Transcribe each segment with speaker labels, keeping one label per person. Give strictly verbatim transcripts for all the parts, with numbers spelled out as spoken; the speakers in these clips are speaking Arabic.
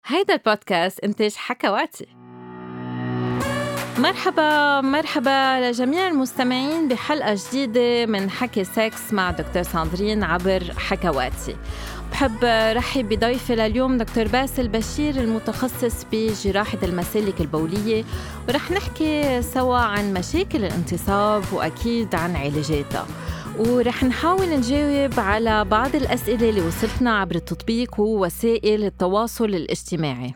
Speaker 1: هيدا البودكاست إنتاج حكواتي. مرحبا مرحبا لجميع المستمعين بحلقة جديدة من حكي سكس مع دكتور ساندرين عبر حكواتي. بحب رحب بضيفي لليوم دكتور باسل بشير المتخصص بجراحة المسالك البولية، ورح نحكي سوا عن مشاكل الانتصاب وأكيد عن علاجاتها، ورح نحاول نجاوب على بعض الأسئلة اللي وصلتنا عبر التطبيق ووسائل التواصل الاجتماعي.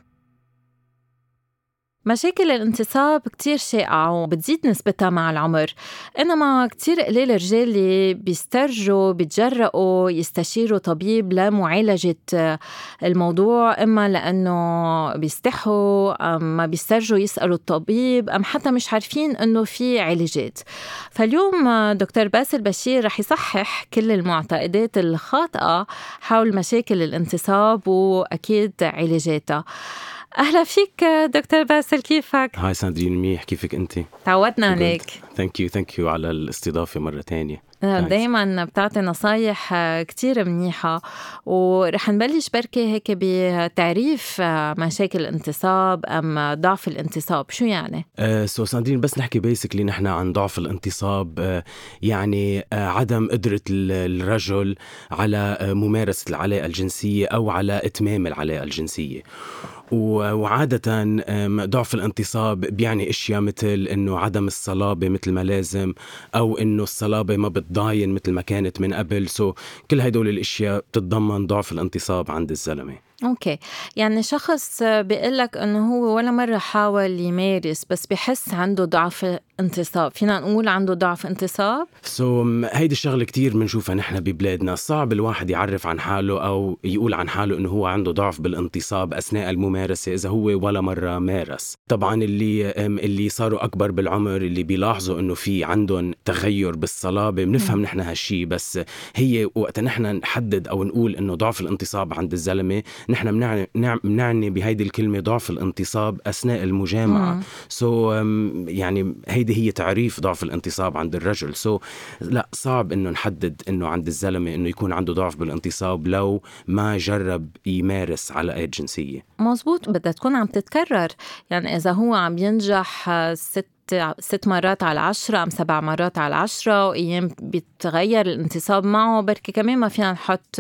Speaker 1: مشاكل الانتصاب كتير شائعة وبتزيد نسبتها مع العمر، إنما كتير قليل الرجال اللي بيسترجوا بيتجرأوا يستشيروا طبيب لمعالجة الموضوع، إما لأنه بيستحوا أم ما بيسترجوا يسألوا الطبيب أم حتى مش عارفين إنه في علاجات. فاليوم دكتور باسل بشير رح يصحح كل المعتقدات الخاطئة حول مشاكل الانتصاب وأكيد علاجاتها. أهلا فيك دكتور باسل، كيفك؟
Speaker 2: هاي ساندرين، منيح، كيفك أنت؟
Speaker 1: تعودنا عليك.
Speaker 2: ثانك يو ثانك يو على الاستضافة مرة تانية.
Speaker 1: دايما بتعطي نصايح كتير منيحة، ورح نبلش بركة هيك بتعريف مشاكل الانتصاب أم ضعف الانتصاب. شو يعني؟
Speaker 2: أه سو ساندرين، بس نحكي بيسكلي نحن عن ضعف الانتصاب. أه يعني أه عدم قدرة الرجل على ممارسة العلاقة الجنسية أو على إتمام العلاقة الجنسية. وعادة ضعف الانتصاب بيعني اشياء مثل انه عدم الصلابة مثل ما لازم، او انه الصلابة ما بتضاين مثل ما كانت من قبل. سو كل هدول الاشياء بتتضمن ضعف الانتصاب عند الزلمة.
Speaker 1: اوكي، يعني شخص بيقولك انه هو ولا مرة حاول يمارس بس بحس عنده ضعف انتصاب، فينا نقول عنده ضعف انتصاب؟
Speaker 2: سو so, هيدي الشغلة كتير بنشوفها نحن ببلادنا. صعب الواحد يعرف عن حاله أو يقول عن حاله إنه هو عنده ضعف بالانتصاب أثناء الممارسة إذا هو ولا مرة مارس. طبعا اللي اللي صاروا أكبر بالعمر اللي بيلاحظوا إنه في عندهم تغير بالصلابة بنفهم نحن هالشي، بس هي وقت نحن نحدد أو نقول إنه ضعف الانتصاب عند الزلمة، نحن بنعني بنعني بهيدي الكلمة ضعف الانتصاب أثناء المجامعة. سو so, يعني هيدي هي تعريف ضعف الانتصاب عند الرجل. سو so, لا، صعب إنه نحدد إنه عند الزلمة إنه يكون عنده ضعف بالانتصاب لو ما جرب يمارس علاقات جنسية.
Speaker 1: مزبوط، بدها تكون عم تتكرر. يعني إذا هو عم ينجح ست ست مرات على عشرة أم سبع مرات على عشرة وأيام بيتغير الانتصاب معه، بركي كمان ما فينا نحط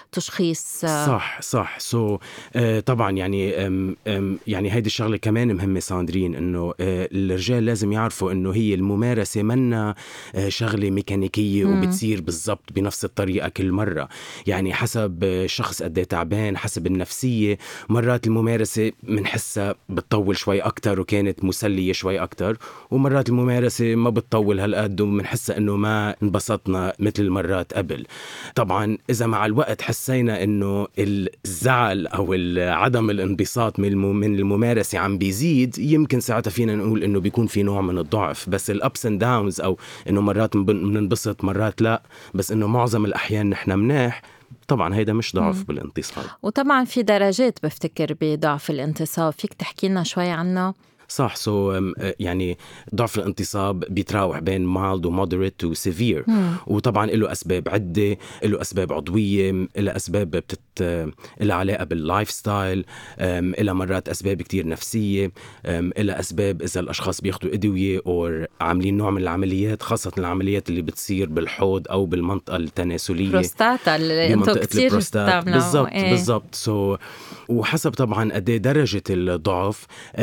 Speaker 1: تشخيص.
Speaker 2: صح صح سو so, uh, طبعا يعني um, um, يعني هيدي الشغلة كمان مهمة ساندرين، إنه uh, الرجال لازم يعرفوا إنه هي الممارسة منا uh, شغلة ميكانيكية مم. وبتصير بالضبط بنفس الطريقة كل مرة. يعني حسب الشخص قد ايه تعبان، حسب النفسية، مرات الممارسة منحسها بتطول شوي أكتر وكانت مسلية شوي أكتر، ومرات الممارسة ما بتطول هالقد ومنحسها إنه ما انبسطنا مثل المرات قبل. طبعا إذا مع الوقت حسينا إنه الزعل أو عدم الانبساط من الممارسة عم بيزيد، يمكن ساعتها فينا نقول إنه بيكون في نوع من الضعف. بس الأبس اند داونز أو إنه مرات بننبسط مرات لا، بس إنه معظم الأحيان نحن مناح، طبعا هيدا مش ضعف مم. بالانتصاب.
Speaker 1: وطبعا في درجات بفتكر بضعف الانتصاب، فيك تحكي لنا شوي عنه؟
Speaker 2: صح. سو so, يعني ضعف الانتصاب بيتراوح بين mild و moderate و severe، وطبعا له أسباب عدة، له أسباب عضوية، له أسباب بتت له علاقة باللايف ستايل، له مرات أسباب كتير نفسية، له أسباب إذا الأشخاص بياخدوا أدوية أو عاملين نوع من العمليات، خاصة العمليات اللي بتصير بالحوض أو بالمنطقة التناسلية،
Speaker 1: بروستاتا اللي انتو كتير
Speaker 2: بتعملوا. بالضبط ايه. بالضبط. سو so, وحسب طبعا قد ايه درجة الضعف،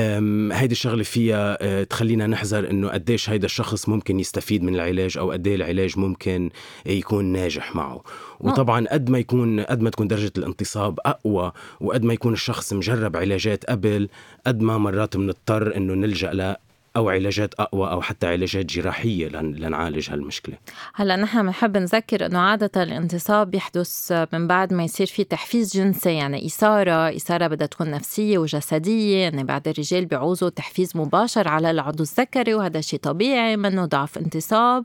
Speaker 2: هيدي الشغلة فيها تخلينا نحذر إنه قديش هيدا الشخص ممكن يستفيد من العلاج أو قديه العلاج ممكن يكون ناجح معه. وطبعا قد ما يكون قد ما تكون درجة الانتصاب أقوى وقد ما يكون الشخص مجرب علاجات قبل، قد ما مرات بنضطر إنه نلجأ له أو علاجات أقوى أو حتى علاجات جراحية لنعالج هالمشكلة.
Speaker 1: هلأ نحن بنحب نذكر أنه عادة الانتصاب يحدث من بعد ما يصير في تحفيز جنسي، يعني إثارة إثارة بدها تكون نفسية وجسدية. يعني بعد الرجال بيعوزوا تحفيز مباشر على العضو الذكري، وهذا شيء طبيعي منه ضعف انتصاب،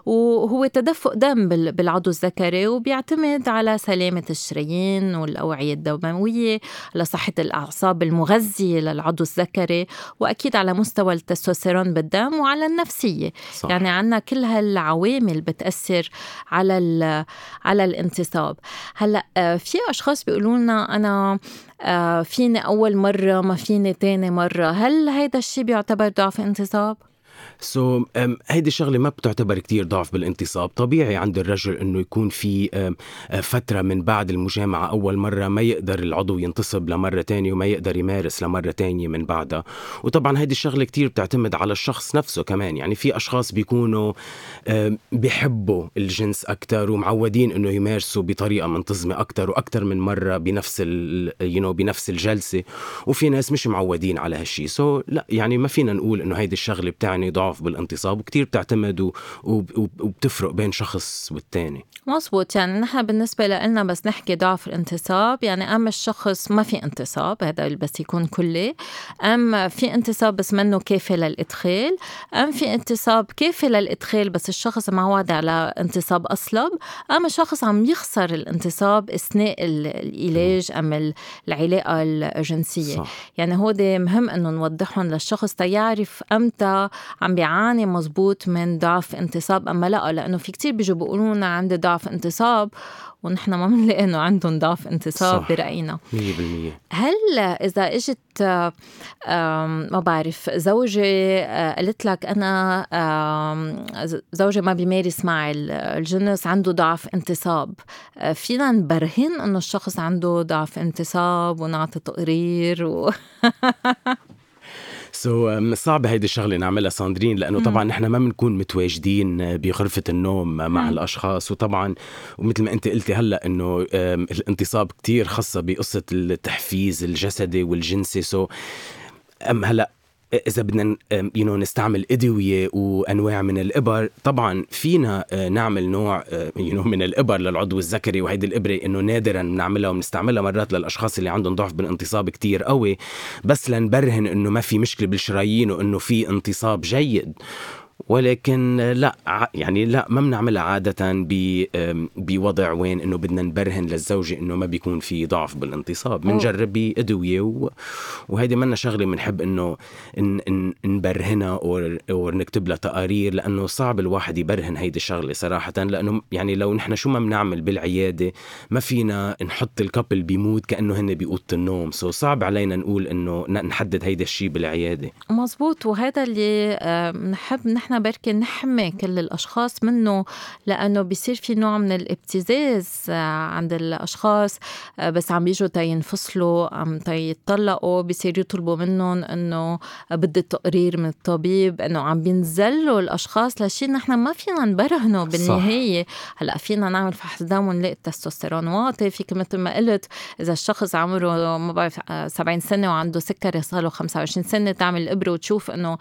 Speaker 1: وهو تدفق دم بالعضو الذكري، وبيعتمد على سلامة الشرايين والأوعية الدموية، على صحة الأعصاب المغذية للعضو الذكري، وأكيد على مستوى التستوستيرون التستوستيرون بالدم وعلى النفسية.
Speaker 2: صح.
Speaker 1: يعني عنا كل هالعوامل بتأثر على على الانتصاب. هلأ في أشخاص بيقولوا لنا أنا فيني أول مرة ما فيني تاني مرة، هل هيدا الشيء بيعتبر ضعف انتصاب؟
Speaker 2: سو so, um, هيدي الشغلة ما بتعتبر كتير ضعف بالانتصاب. طبيعي عند الرجل انه يكون في um, فترة من بعد المجامعة اول مرة ما يقدر العضو ينتصب لمرة تانية وما يقدر يمارس لمرة تانية من بعدها. وطبعا هيدي الشغلة كتير بتعتمد على الشخص نفسه كمان. يعني في اشخاص بيكونوا um, بيحبوا الجنس اكتر ومعودين انه يمارسوا بطريقة منتظمة اكتر واكتر من مرة بنفس ال you know, بنفس الجلسة، وفي ناس مش معودين على هالشي. سو so, لا يعني ما فينا نقول انه هيدي الشغلة بتعني ضعف بالانتصاب، وكتير بتعتمد وبتفرق بين شخص والتاني.
Speaker 1: مظبوط. يعني نحن بالنسبة لنا بس نحكي ضعف الانتصاب، يعني أما الشخص ما في انتصاب هذا بس يكون كلي، أم في انتصاب بس منه كافي للإدخال، أم في انتصاب كافي للإدخال بس الشخص معود على انتصاب أصلب، أما شخص عم يخسر الانتصاب أثناء العلاج أم العلاقة الجنسية. صح. يعني هو ده مهم أنه نوضحهم للشخص تيعرف أمتى عم بيعاني مزبوط من ضعف انتصاب أما لا، لأنه في كتير بيجوا بيقولونا عندي ضعف انتصاب ونحن ما بنلاقي إنه عندهم ضعف انتصاب. صح. برأينا
Speaker 2: مية بالمية.
Speaker 1: هل إذا إجت ما بعرف زوجي قلت لك أنا زوجي ما بيمارس معي الجنس عنده ضعف انتصاب، فينا نبرهن إنه الشخص عنده ضعف انتصاب ونعطي تقرير و...
Speaker 2: سو so, صعب هيدي الشغلة نعملها ساندرين، لأنه طبعا نحن ما بنكون متواجدين بغرفة النوم مع مم. الأشخاص. وطبعا ومثل ما أنت قلتي هلأ أنه الانتصاب كتير خاصة بقصة التحفيز الجسدي والجنسي. سو so, أم هلأ إذا بدنا you know, نستعمل أدوية وأنواع من الإبر، طبعا فينا نعمل نوع you know, من الإبر للعضو الذكري، وهيدي الإبرة إنه نادرا نعملها وبنستعملها مرات للأشخاص اللي عندهم ضعف بالانتصاب كتير قوي، بس لنبرهن إنه ما في مشكلة بالشرايين وإنه في انتصاب جيد. ولكن لا يعني لا ما بنعملها عادة بوضع وين إنه بدنا نبرهن للزوجة إنه ما بيكون في ضعف بالانتصاب. بنجرب بأدوية، وهيدي منا شغلة بنحب إنه نبرهنها أو نكتب لها تقارير، لأنه صعب الواحد يبرهن هيدي الشغلة صراحة. لأنه يعني لو نحن شو ما بنعمل بالعيادة ما فينا نحط الكابل بيموت كأنه هن بأوضة النوم. سو صعب علينا نقول إنه نحدد هيدا الشيء بالعيادة.
Speaker 1: مزبوط. وهذا اللي نحب نحن بركي نحمي كل الأشخاص منه، لأنه بيصير في نوع من الابتزاز عند الأشخاص بس عم بيجوا تينفصلوا عم تيطلقوا، بيصير يطلبوا منهم أنه بدي التقرير من الطبيب، أنه عم بينزلوا الأشخاص لشيء نحن ما فينا نبرهنه بالنهاية. هلأ فينا نعمل فحص دم ونلاقي التستوستيرون واطي. فيك مثل ما قلت إذا الشخص عمره ما بعرف سبعين سنة وعنده سكر يصله خمسة وعشرين سنة تعمل الإبرة وتشوف أنه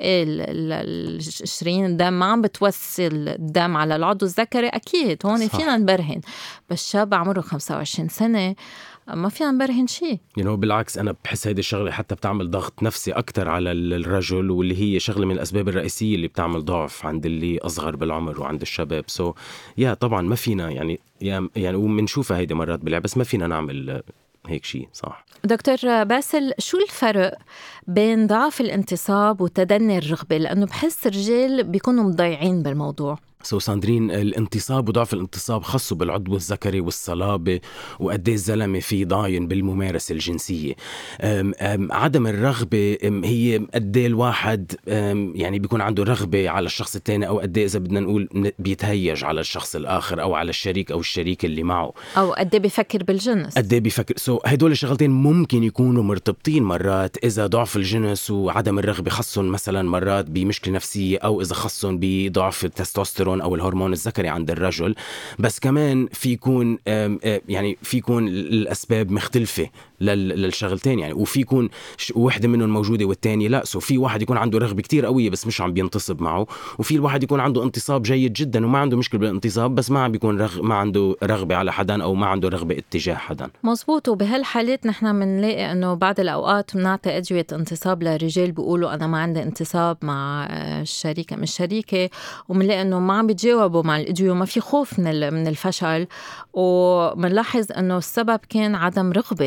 Speaker 1: شرايين الدم ما عم بتوصل الدم على العضو الذكري، أكيد هون فينا نبرهن. بس شاب عمره خمسة وعشرين سنة ما فينا نبرهن شيء.
Speaker 2: you know, بالعكس أنا بحس هيدي الشغلة حتى بتعمل ضغط نفسي أكتر على الرجل، واللي هي شغلة من الأسباب الرئيسية اللي بتعمل ضعف عند اللي أصغر بالعمر وعند الشباب. سو so, يا yeah, طبعا ما فينا يعني يعني ومنشوفها هيدي مرات باللعب، بس ما فينا نعمل هيك شيء. صح.
Speaker 1: دكتور باسل، شو الفرق بين ضعف الانتصاب وتدني الرغبة؟ لأنه بحس الرجال بيكونوا مضيعين بالموضوع.
Speaker 2: سو so, ساندرين، الانتصاب وضعف الانتصاب خاصه بالعضو الذكري والصلابة وقد ايه الزلمة في ضاين بالممارسة الجنسية. أم أم عدم الرغبة هي قد ايه الواحد يعني بيكون عنده رغبة على الشخص الثاني، او قد ايه إذا بدنا نقول بيتهيج على الشخص الآخر أو على الشريك أو الشريك اللي معه،
Speaker 1: أو قد ايه بيفكر بالجنس،
Speaker 2: قد ايه بيفكر. سو so, هدول الشغلتين ممكن يكونوا مرتبطين مرات. إذا ضعف الجنس وعدم الرغبة خصهم مثلا مرات بمشكلة نفسية، أو إذا خصهم بضعف التستوستيرون أو الهرمون الذكري عند الرجل. بس كمان في يكون يعني في يكون الأسباب مختلفة للشغلتين يعني، وفي يكون واحدة منهم موجودة والتانية لا. سو في واحد يكون عنده رغبة كتير قوية بس مش عم بينتصب معه، وفي الواحد يكون عنده انتصاب جيد جدا وما عنده مشكلة بالانتصاب بس ما عم بيكون رغ... ما عنده رغبة على حدا أو ما عنده رغبة اتجاه حدا.
Speaker 1: مزبوط. وبهالحالات نحن بنلاقي إنه بعض الأوقات بنعطي أدوية انتصاب لرجال بيقولوا أنا ما عندي انتصاب مع الشريكة من الشريكة، وبنلاقي إنه ما عم بيتجاوبوا مع الأدوية وما في خوف من من الفشل، وبنلاحظ إنه السبب كان عدم رغبة.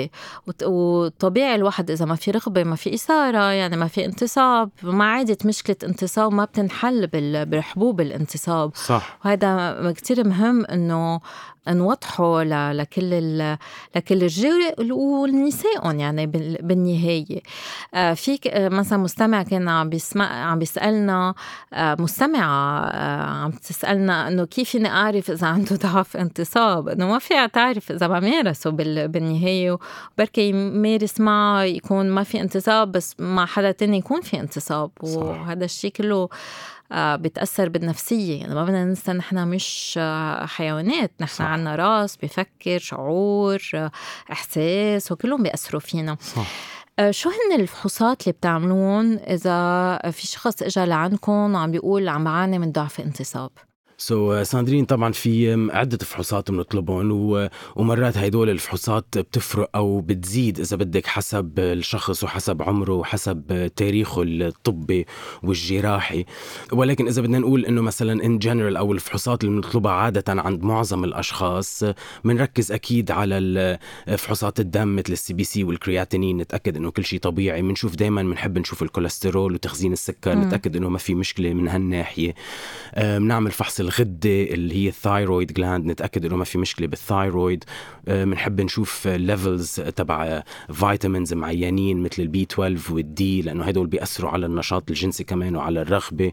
Speaker 1: وط- وطبيعي الواحد إذا ما في رغبة ما في إثارة، يعني ما في انتصاب، ما عادت مشكلة انتصاب ما بتنحل بال- بحبوب الانتصاب.
Speaker 2: صح.
Speaker 1: وهذا كتير مهم إنه نوضحه ل- لكل ال- لكل الرجال والنساء يعني بال- بالنهاية. آه، في ك- آه، مثلا مستمع كان عم بيسمع عم بيسألنا، آه، مستمعة آه، عم تسألنا إنه كيف فيني أعرف إذا عنده ضعف انتصاب. إنه ما فيها تعرف إذا بمارسه بال- بالنهاية، وبركي يمارس معه يكون ما في انتصاب، بس مع حدا تاني يكون في انتصاب.
Speaker 2: صح.
Speaker 1: وهذا الشيء كله آه، بتأثر بالنفسية. يعني ما بدنا ننسى نحن مش آه، حيوانات، نحن
Speaker 2: صح.
Speaker 1: عنا راس بيفكر، شعور، آه، إحساس، وكلهم بيأثروا فينا.
Speaker 2: صح.
Speaker 1: آه، شو هن الفحوصات اللي بتعملون إذا في شخص إجا لعندكم وعم بيقول عم بعاني من ضعف انتصاب؟
Speaker 2: سو so, ساندرين طبعا في عدة فحوصات بنطلبهم و... ومرات هيدول الفحوصات بتفرق أو بتزيد إذا بدك حسب الشخص وحسب عمره وحسب تاريخه الطبي والجراحي. ولكن إذا بدنا نقول إنه مثلا in general أو الفحوصات اللي بنطلبها عادة عند معظم الأشخاص، بنركز أكيد على فحوصات الدم مثل السي بي سي والكرياتينين، نتأكد إنه كل شيء طبيعي. بنشوف دايما بنحب نشوف الكوليسترول وتخزين السكر،
Speaker 1: مم.
Speaker 2: نتأكد إنه ما في مشكلة من هالناحية. بنعمل فحص الغدة اللي هي الثايرويد جلاند، نتأكد إنه ما في مشكلة بالثايرويد. بنحب نشوف ليفلز تبع فيتامينز معينين مثل البي اثنا عشر والدي، لأنه هدول بيأثروا على النشاط الجنسي كمان وعلى الرغبة.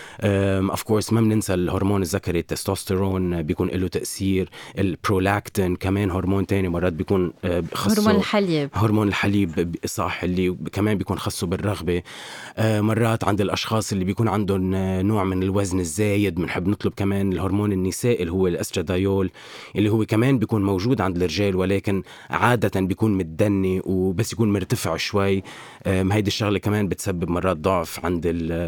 Speaker 2: اوف كورس ما بننسى الهرمون الذكري التستوستيرون بيكون له تأثير. البرولاكتين كمان هرمون تاني مرات بيكون خاصه
Speaker 1: هرمون الحليب.
Speaker 2: هرمون الحليب صح، اللي كمان بيكون خاصه بالرغبة. مرات عند الأشخاص اللي بيكون عندهم نوع من الوزن الزايد بنحب نطلب كمان الهرمون النسائي اللي هو الاسترادايول، اللي هو كمان بيكون موجود عند الرجال ولكن عادة بيكون متدني وبس يكون مرتفع شوي. هيدي الشغلة كمان بتسبب مرات ضعف عند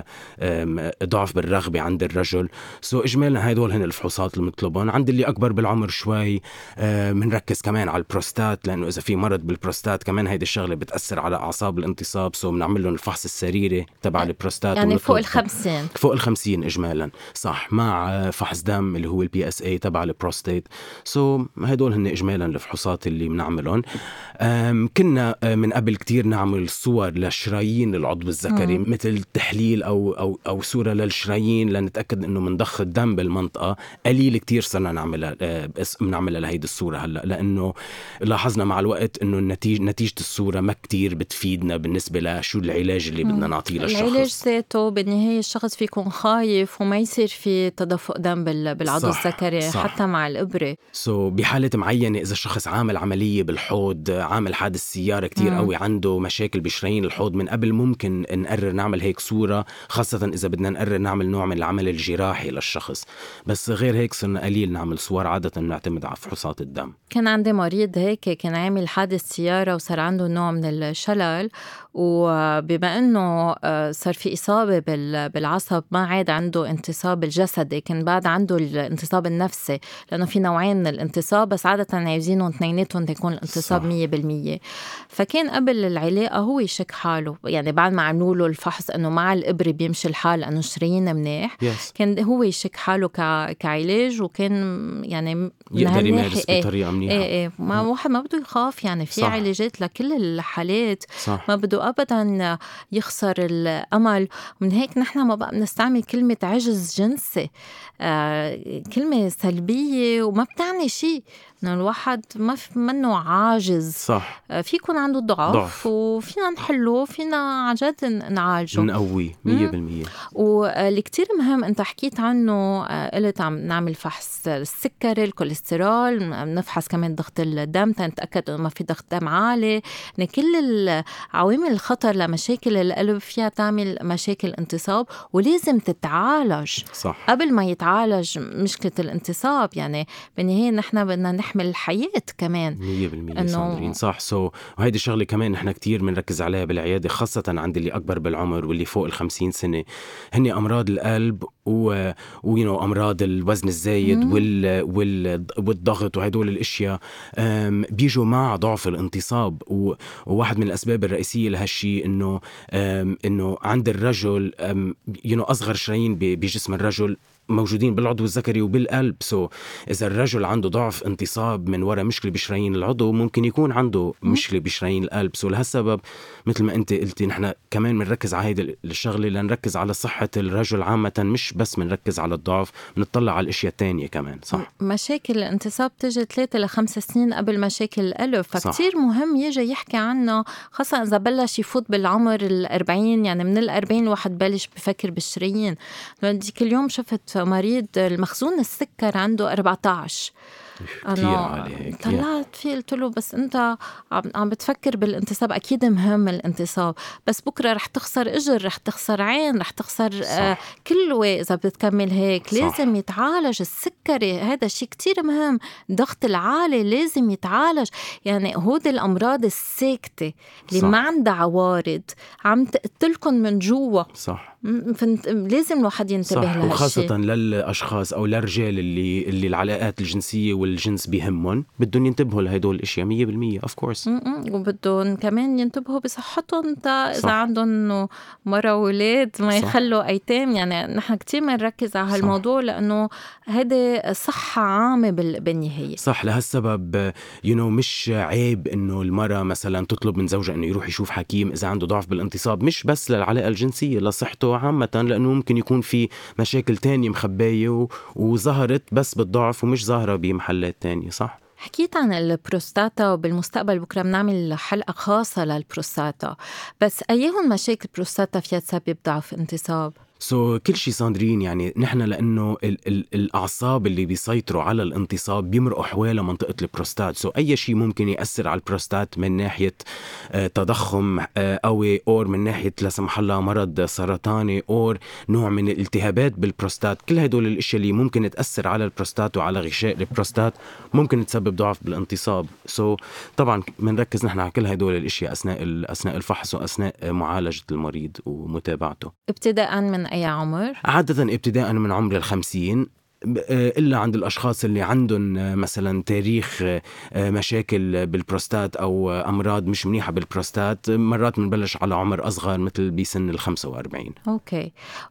Speaker 2: ضعف بالرغبة عند الرجل. سو إجمالا هيدول هن الفحوصات اللي بنطلبهم. عند اللي أكبر بالعمر شوي بنركز كمان على البروستات، لأنه إذا في مرض بالبروستات كمان هيدي الشغلة بتأثر على أعصاب الانتصاب. سو بنعمل لهم الفحص السريري تبع البروستات،
Speaker 1: يعني فوق الخمسين
Speaker 2: فوق الخمسين إجمالا صح، مع فحص دم اللي هو البي اس اي تبع البروستات. سو هدول هن إجمالا الفحوصات اللي بنعملهم. كنا من قبل كتير نعمل صور لشرايين العضو الذكري،
Speaker 1: مم.
Speaker 2: مثل تحليل أو, أو, أو صورة للشرايين لنتأكد إنه من ضخ الدم بالمنطقة. قليل كتير صرنا نعملها بنعملها لهيدي الصورة هلأ، لأنه لاحظنا مع الوقت إنه النتيجة نتيجة الصورة ما كتير بتفيدنا بالنسبة لشو العلاج اللي بدنا نعطيه للشخص.
Speaker 1: العلاج ذاته بالنهاية الشخص فيكون خايف وما يصير في تدفق دم بالعضو الذكري حتى مع الإبرة.
Speaker 2: سو so, بحالة معينة إذا الشخص عامل عملية بالحوض، عامل حادث سيارة كتير
Speaker 1: مم.
Speaker 2: قوي، عنده مشاكل بشرايين الحوض من قبل، ممكن نقرر نعمل هيك صورة، خاصة إذا بدنا نقرر نعمل نوع من العمل الجراحي للشخص. بس غير هيك صرنا قليل نعمل صور، عادة نعتمد على فحوصات الدم.
Speaker 1: كان عندي مريض هيك كان عامل حادث سيارة وصار عنده نوع من الشلل، وبما أنه صار في إصابة بالعصب ما عاد عنده انتصاب الجسدي، كان بعد عنده الانتصاب النفسي، لأنه في نوعين من الانتصاب بس عادة عايزينهم اثنيناتهم تكون الانتصاب مية بالمية. فكان قبل العلاقة هو يشك حاله، يعني بعد ما عملوا له الفحص أنه مع الإبرة بيمشي الحال أنه شرايين منيح،
Speaker 2: yes.
Speaker 1: كان هو يشك حاله كعلاج، وكان يعني
Speaker 2: يقدر يمارس بطريقة منيحة.
Speaker 1: ايه ايه ما واحد ما بده يخاف، يعني في علاجات لكل الحالات. صح. ما بده أبدا يخسر الأمل. ومن هيك نحن ما بقى بنستعمل كلمة عجز جنسي، آه كلمة سلبية وما بتعني شيء. إنه الواحد ما في منه عاجز، صح. آه في يكون عنده ضعف, ضعف. وفينا نحله، فينا عجد نعالجه،
Speaker 2: نقوي مية بالمية.
Speaker 1: واللي كتير مهم أنت حكيت عنه، آه قلت عم نعمل فحص السكري، الكوليسترول، نفحص كمان ضغط الدم تنتأكد إنه ما في ضغط دم عالي. إن كل عوامل الخطر لمشاكل القلب فيها تعمل مشاكل انتصاب، ولازم تتعالج صح. قبل ما يتعالج مشكلة الانتصاب. يعني بالنهاية نحن بدنا نحمل الحياة كمان
Speaker 2: مية بالمية صادرين صح. سو وهيدي الشغلة كمان نحن كتير بنركز عليها بالعيادة، خاصة عند اللي أكبر بالعمر واللي فوق الخمسين سنة. هني أمراض القلب و وينو أمراض الوزن الزايد وال... وال... والضغط وهدول الأشياء بيجوا مع ضعف الانتصاب. و... وواحد من الأسباب الرئيسية لهالشي إنه إنه عند الرجل ينو أصغر شرايين بجسم الرجل موجودين بالعضو الذكري وبالقلب. سو إذا الرجل عنده ضعف انتصاب من وراء مشكلة بشرايين العضو، ممكن يكون عنده مشكلة بشرايين القلب. سو لهالسبب مثل ما أنت قلتي نحن كمان منركز على هيدا الشغلة لنركز على صحة الرجل عامة، مش بس منركز على الضعف، نطلع على الأشياء التانية كمان. صح.
Speaker 1: مشاكل الانتصاب تجي ثلاثة لخمس سنين قبل مشاكل القلب، فكتير صح. مهم يجي يحكي عنه، خاصة إذا بلش يفوت بالعمر الأربعين. يعني من الأربعين الواحد بلش بفكر بالشرايين. ديك اليوم شفت مريض المخزون السكر عنده أربعة عشر.
Speaker 2: كتير عالي.
Speaker 1: طلعت فيه قلت له بس انت عم بتفكر بالانتصاب، اكيد مهم الانتصاب، بس بكره رح تخسر اجر، رح تخسر عين، رح تخسر آه كله اذا بتكمل هيك. صح. لازم يتعالج السكري، هذا شيء كتير مهم. ضغط العالي لازم يتعالج. يعني هود الامراض الساكته اللي صح. ما عندها عوارض، عم تقتلكم من جوا.
Speaker 2: صح.
Speaker 1: لازم الواحد ينتبه لها،
Speaker 2: وخاصة للأشخاص أو للرجال اللي اللي العلاقات الجنسية والجنس بيهمهم، بدهم ينتبهوا لهدول الأشياء مية بالمية of course.
Speaker 1: وبدهم كمان ينتبهوا بصحتهم، إذا عندهم مرة وولاد ما يخلوا أيتام. يعني نحن كتير منركز على هالموضوع لأنه هذا صحة عامة بالنهاية.
Speaker 2: صح. لهالسبب you know مش عيب إنه المرأة مثلا تطلب من زوجها إنه يروح يشوف حكيم إذا عنده ضعف بالانتصاب، مش بس للعلاقة الجنسية، لصحته عامة، لأنه ممكن يكون في مشاكل تانية مخباية وظهرت بس بالضعف ومش ظاهرة بمحلات تانية. صح.
Speaker 1: حكيت عن البروستاتا، وبالمستقبل بكرة بنعمل حلقة خاصة للبروستاتا، بس أيهم مشاكل بروستاتا فيها تسبب ضعف انتصاب؟
Speaker 2: سو so, كل شيء صادرين. يعني نحن لأنه ال- ال- الأعصاب اللي بيسيطروا على الانتصاب بيمرقوا حوالي منطقة البروستات. سو so, أي شيء ممكن يأثر على البروستات من ناحية آه تضخم آه قوي، أو من ناحية لا سمح الله مرض سرطاني، أو نوع من الالتهابات بالبروستات، كل هدول الأشياء اللي ممكن تأثر على البروستات وعلى غشاء البروستات ممكن تسبب ضعف بالانتصاب. سو so, طبعا منركز نحن على كل هدول الأشياء أثناء أثناء الفحص وأثناء معالجة المريض ومتابعته.
Speaker 1: ابتداء من أي عمر؟
Speaker 2: عادة ابتداء من عمر الخمسين، إلا عند الأشخاص اللي عندهم مثلا تاريخ مشاكل بالبروستات أو أمراض مش منيحة بالبروستات، مرات منبلش على عمر أصغر مثل بسن الخمسة وأربعين.
Speaker 1: أوكي.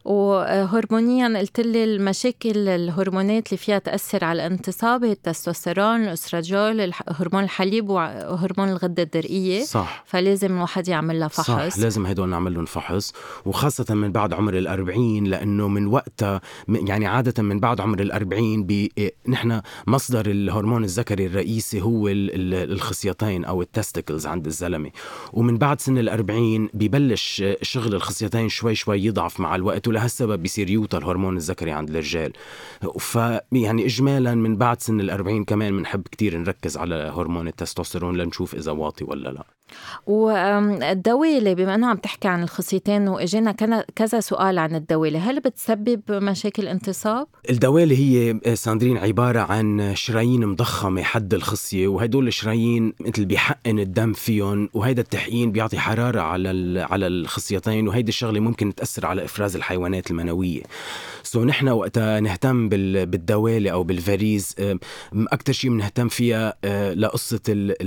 Speaker 1: وهرمونيا قلت لي المشاكل الهرمونات اللي فيها تأثر على الانتصاب، التستوستيرون، الأستروجين، هرمون الحليب وهرمون الغدة الدرقية.
Speaker 2: صح.
Speaker 1: فلازم الواحد يعمل لها فحص.
Speaker 2: صح. لازم هدول نعمل لهم فحص، وخاصة من بعد عمر الأربعين، لأنه من وقتها يعني عادة من بعد عمر الأربعين بي... نحن مصدر الهرمون الذكري الرئيسي هو الخصيتين أو التستيكلز عند الزلمة، ومن بعد سن الأربعين بيبلش شغل الخصيتين شوي شوي يضعف مع الوقت، ولهالسبب بيصير يوطى الهرمون الذكري عند الرجال. فيعني إجمالا من بعد سن الأربعين كمان بنحب كتير نركز على هرمون التستوستيرون لنشوف إذا واطي ولا لا.
Speaker 1: والدوالة، بما أنه عم تحكي عن الخصيتين وإجينا كذا سؤال عن الدوالة، هل بتسبب مشاكل انتصاب؟
Speaker 2: الدوالة هي ساندرين عبارة عن شرايين مضخمة حد الخصية، وهدول الشرايين مثل بيحقن الدم فيهم، وهيدا التحقين بيعطي حرارة على على الخصيتين، وهيدا الشغلة ممكن تأثر على إفراز الحيوانات المنوية. سو نحن وقتها نهتم بالدوالة أو بالفريز، أكتر شيء بنهتم فيها لقصة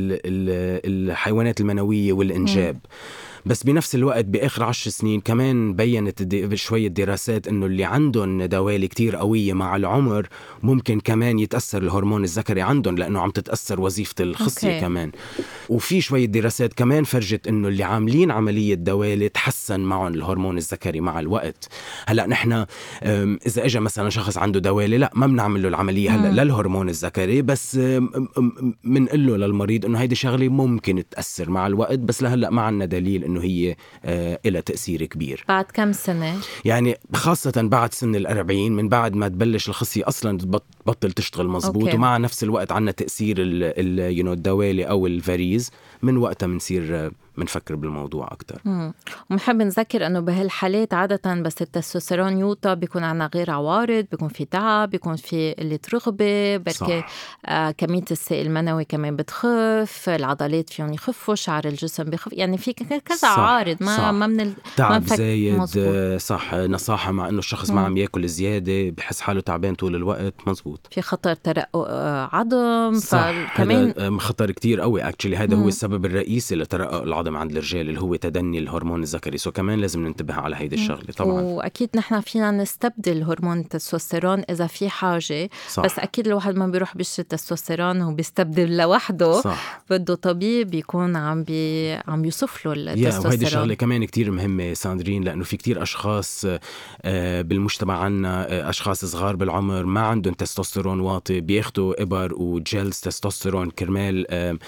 Speaker 2: الحيوانات المنوية والإنجاب. م. بس بنفس الوقت بآخر عشر سنين كمان بيّنت شوية دراسات إنه اللي عندهم دوالة كتير قوية مع العمر ممكن كمان يتأثر الهرمون الذكري عندهم، لأنه عم تتأثر وظيفة الخصية. أوكي. كمان. وفي شوية دراسات كمان فرجت إنه اللي عاملين عملية دوالة تحسن معهم الهرمون الذكري مع الوقت. هلأ نحن إذا إجا مثلا شخص عنده دوالة، لا ما بنعمل له العملية هلأ للهرمون الذكري، بس منقول له للمريض إنه هيدي شغلة ممكن تأثر مع الوقت، بس لهلأ ما عنا دليل إنه هي آه إلى تأثير كبير.
Speaker 1: بعد كم سنة؟
Speaker 2: يعني خاصة بعد سن الأربعين، من بعد ما تبلش الخصية أصلا تبطل تشتغل مزبوط. أوكي. ومع نفس الوقت عنا تأثير الدوالة أو الفريز، من وقتها منصير منفكر بالموضوع أكتر.
Speaker 1: مم. ومحب نذكر أنه بهالحالات عادة بس التستوستيرون يوطى بيكون عنا غير عوارض، بيكون في تعب، بيكون في قلة رغبة، بركة آه كمية السائل المنوي كمان بتخف، العضلات فيهم يخفوا، شعر الجسم بيخف، يعني في كذا صح. عارض ما صح. ما من
Speaker 2: تعب زايد مزبوط. صح. نصاحة مع أنه الشخص مم. ما عم يأكل زيادة بحس حاله تعبان طول الوقت. مزبوط. مزبوط.
Speaker 1: في خطر ترقق عظم،
Speaker 2: فكمان هذا خطر كتير قوي اكشلي. هذا هو السبب الرئيسي لترقق العظم عند الرجال اللي هو تدني الهرمون الذكري. سو كمان لازم ننتبه على هيدي الشغله طبعا.
Speaker 1: واكيد نحن فينا نستبدل هرمون التستوستيرون اذا في حاجه. صح. بس اكيد الواحد ما بيروح بيشتري التستوستيرون وبيستبدل لوحده. صح. بده طبيب يكون عم بي عم يوصف له التستوستيرون.
Speaker 2: وهيدي الشغله كمان كتير مهمه ساندرين، لانه في كتير اشخاص بالمجتمع عنا اشخاص صغار بالعمر ما عندهم تستوستيرون واطي، بياخدوا ابر وجيلز تستوستيرون كرمال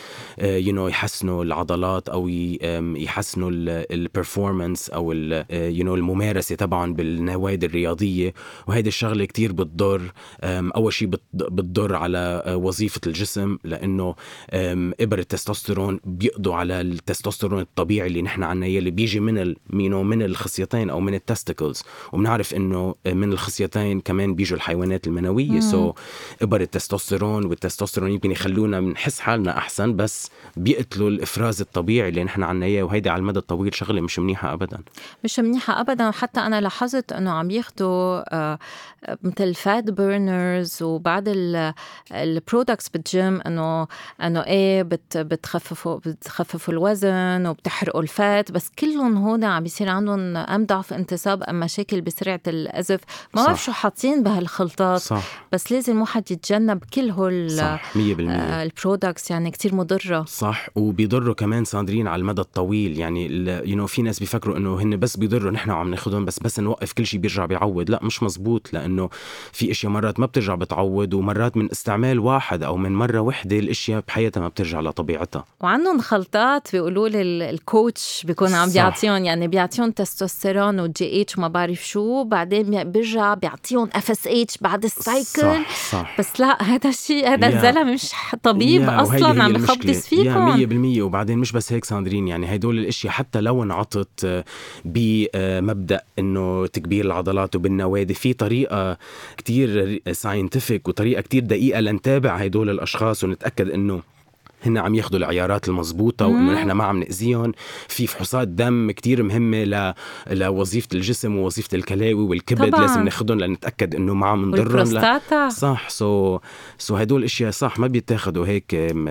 Speaker 2: يو نو يحسنوا العضلات او يحسنوا البرفورمانس او يو نو الممارسه طبعا بالنوادي الرياضيه. وهيدي الشغله كتير بتضر. اول شيء بتضر على وظيفه الجسم، لانه ابر التستوستيرون بيقضوا على التستوستيرون الطبيعي اللي نحن عنا اللي بيجي من ال من الخصيتين او من التستيكلز. وبنعرف انه من الخصيتين كمان بيجوا الحيوانات المنويه. سو so, ابر التستوستيرون والتستوستيرون يمكن يخلونا بنحس حالنا احسن، بس بيقتلوا الافراز الطبيعي اللي نحن عنا اياه. وهيدي على المدى الطويل شغله مش منيحه ابدا.
Speaker 1: مش منيحه ابدا. وحتى انا لاحظت انه عم ياخدوا آه مثل فات بيرنرز وبعد البرودكتس بالجيم انه انه ايه بت بتخففوا بتخففوا الوزن وبتحرقوا الفات، بس كلهم هون عم بيصير عندهم ام ضعف انتصاب ام مشاكل بسرعه الازف. ما بعرف شو حاطين بهالخلطات. صح. بس لازم واحد يتجنب كل هول البرودكتس، يعني كتير مضره.
Speaker 2: صح. وبيضروا كمان ساندرين على المدى الطويل. يعني يو نو في ناس بيفكروا انه هن بس بيضروا نحن وعم ناخذهم، بس بس نوقف كل شيء بيرجع بيعود. لا، مش مزبوط، لانه في اشياء مرات ما بترجع بتعود، ومرات من استعمال واحد او من مره وحده الاشياء بحياتها ما بترجع لطبيعتها.
Speaker 1: وعندهم خلطات بيقولوا لي الكوتش بيكون عم بيعطيهم، يعني بيعطيهم تستوستيرون وجي اتش ما بعرف شو، بعدين بيرجع بيعطيهم اف اس اتش بعد السايكل. صح. صح. بس لا، هذا الشيء هذا الزلمه مش طبيب اصلا عم يخبص فيكم.
Speaker 2: مية بالمية. وبعدين مش بس هيك ساندرين، يعني هدول الاشياء حتى لو انعطت بمبدا انه تكبير العضلات وبالنوادي، في طريقه كتير ساينتفك وطريقه كتير دقيقه لنتابع هدول الاشخاص ونتاكد انه هن عم ياخدوا العيارات المضبوطة وإنه نحن ما عم نأذيهم. في فحوصات دم كتير مهمة ل... لوظيفة الجسم ووظيفة الكلاوي والكبد. طبعاً. لازم ناخدهم لنتأكد إنه ما عم نضرهم. لا. صح. سو سو هدول الأشياء صح ما بيتاخدوا هيك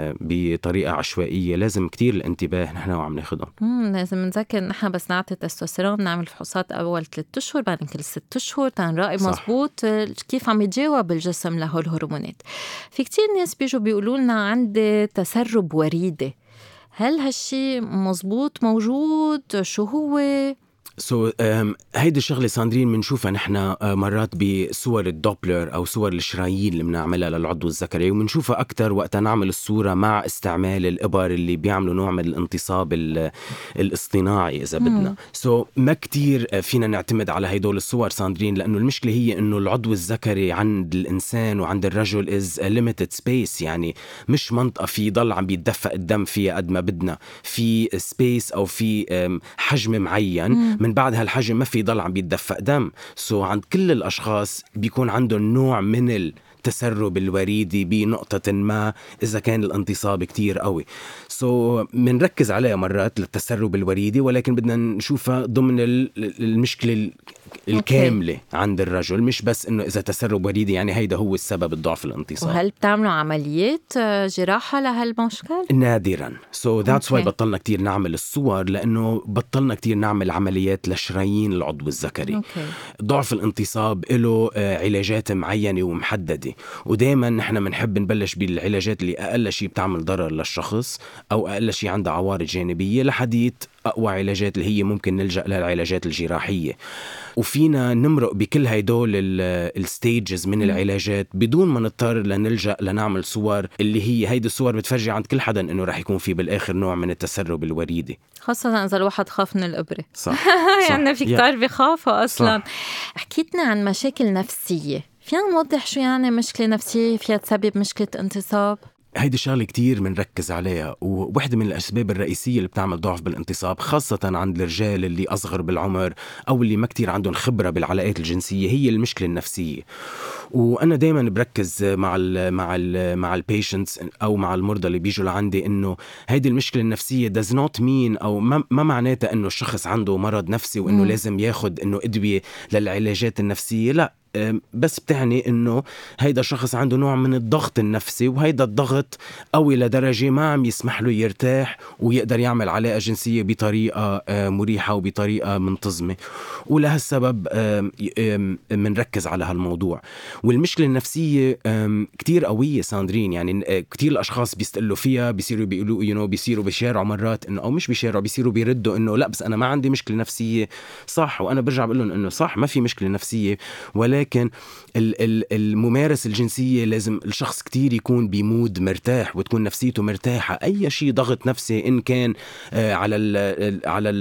Speaker 2: بطريقة عشوائية. لازم كتير الانتباه نحن وعم ناخدهم.
Speaker 1: مم. لازم نذكر نحن بس نعطي تستوستيرون نعمل فحوصات أول ثلاثة أشهر، بعدين كل ست أشهر تنراقب مزبوط كيف عم يتجاوب الجسم له الهرمونات. في كتير ناس بيجوا بيقولوا لنا عندي تسرب وريدي. هل هالشي مزبوط موجود؟ شو هو؟
Speaker 2: سو so, um, هيدي الشغلة ساندرين منشوفها نحن uh, مرات بصور الدوبلر أو صور الشرايين اللي بنعملها للعضو الذكري، ومنشوفها أكتر وقت نعمل الصورة مع استعمال الإبر اللي بيعملوا نوع من الانتصاب الاصطناعي إذا بدنا. سو so, ما كتير فينا نعتمد على هيدول الصور ساندرين، لأنه المشكلة هي إنه العضو الذكري عند الإنسان وعند الرجل is a limited space، يعني مش منطقة في ضل عم بيتدفق الدم فيها قد ما بدنا، في space أو في um, حجم معين. مم. من بعد هالحجم ما في ضل عم بيتدفق دم. سو عند كل الأشخاص بيكون عندهم نوع من التسرب الوريدي بنقطة ما إذا كان الانتصاب كتير قوي. سو منركز عليها مرات للتسرب الوريدي، ولكن بدنا نشوفها ضمن المشكلة الكاملة okay. عند الرجل، مش بس إنه إذا تسرب وريدي يعني هيدا هو السبب الضعف الانتصاب.
Speaker 1: وهل بتعملوا عمليات جراحة لهالمشكل؟
Speaker 2: نادرا. so that's okay. why بطلنا كتير نعمل الصور، لأنه بطلنا كتير نعمل عمليات لشرايين العضو الذكري. okay. ضعف الانتصاب له علاجات معينة ومحددة، ودايما نحن منحب نبلش بالعلاجات اللي أقل شيء بتعمل ضرر للشخص أو أقل شيء عندها عوارض جانبية، لحديت أقوى علاجات اللي هي ممكن نلجأ لها العلاجات الجراحية. وفينا نمرق بكل هيدول الستيجز من العلاجات بدون ما نضطر لنلجأ لنعمل صور، اللي هي هيدي الصور بتفرجي عند كل حدا إنه راح يكون في بالآخر نوع من التسرب الوريدي،
Speaker 1: خاصة إذا الواحد خاف من الإبرة.
Speaker 2: صح.
Speaker 1: يعني في كتار بيخافوا أصلا. حكيتنا عن مشاكل نفسية، فينا نوضح شو يعني مشكلة نفسية فيها تسبب مشكلة انتصاب؟
Speaker 2: هيدي الشغلة كتير منركز عليها، وواحدة من الأسباب الرئيسية اللي بتعمل ضعف بالانتصاب خاصة عند الرجال اللي أصغر بالعمر أو اللي ما كتير عندهم خبرة بالعلاقات الجنسية هي المشكلة النفسية. وأنا دايما بركز مع ال مع ال مع البيشنتس أو مع المرضى اللي بيجوا لعندي إنه هيدي المشكلة النفسية does not mean أو ما, ما معناتها إنه الشخص عنده مرض نفسي وإنه م. لازم ياخد إنه أدوية للعلاجات النفسية. لا، بس بتعني إنه هيدا شخص عنده نوع من الضغط النفسي، وهيدا الضغط قوي لدرجة ما عم يسمح له يرتاح ويقدر يعمل علاقة جنسية بطريقة مريحة وبطريقة منتظمة. ولهالسبب منركز على هالموضوع. والمشكلة النفسية كتير قوية ساندرين، يعني كتير الأشخاص بيستقلوا فيها، بيصيروا بيقولوا يو نو بيصيروا بيشارعوا مرات إنه، أو مش بيشارعوا، بيصيروا بيردوا إنه لا بس أنا ما عندي مشكلة نفسية. صح، وأنا برجع بقول لهم إنه صح ما في مشكلة نفسية، ولكن الممارسة الجنسية لازم الشخص كتير يكون بمود مرتاح وتكون نفسيته مرتاحة. أي شيء ضغط نفسي إن كان على ال على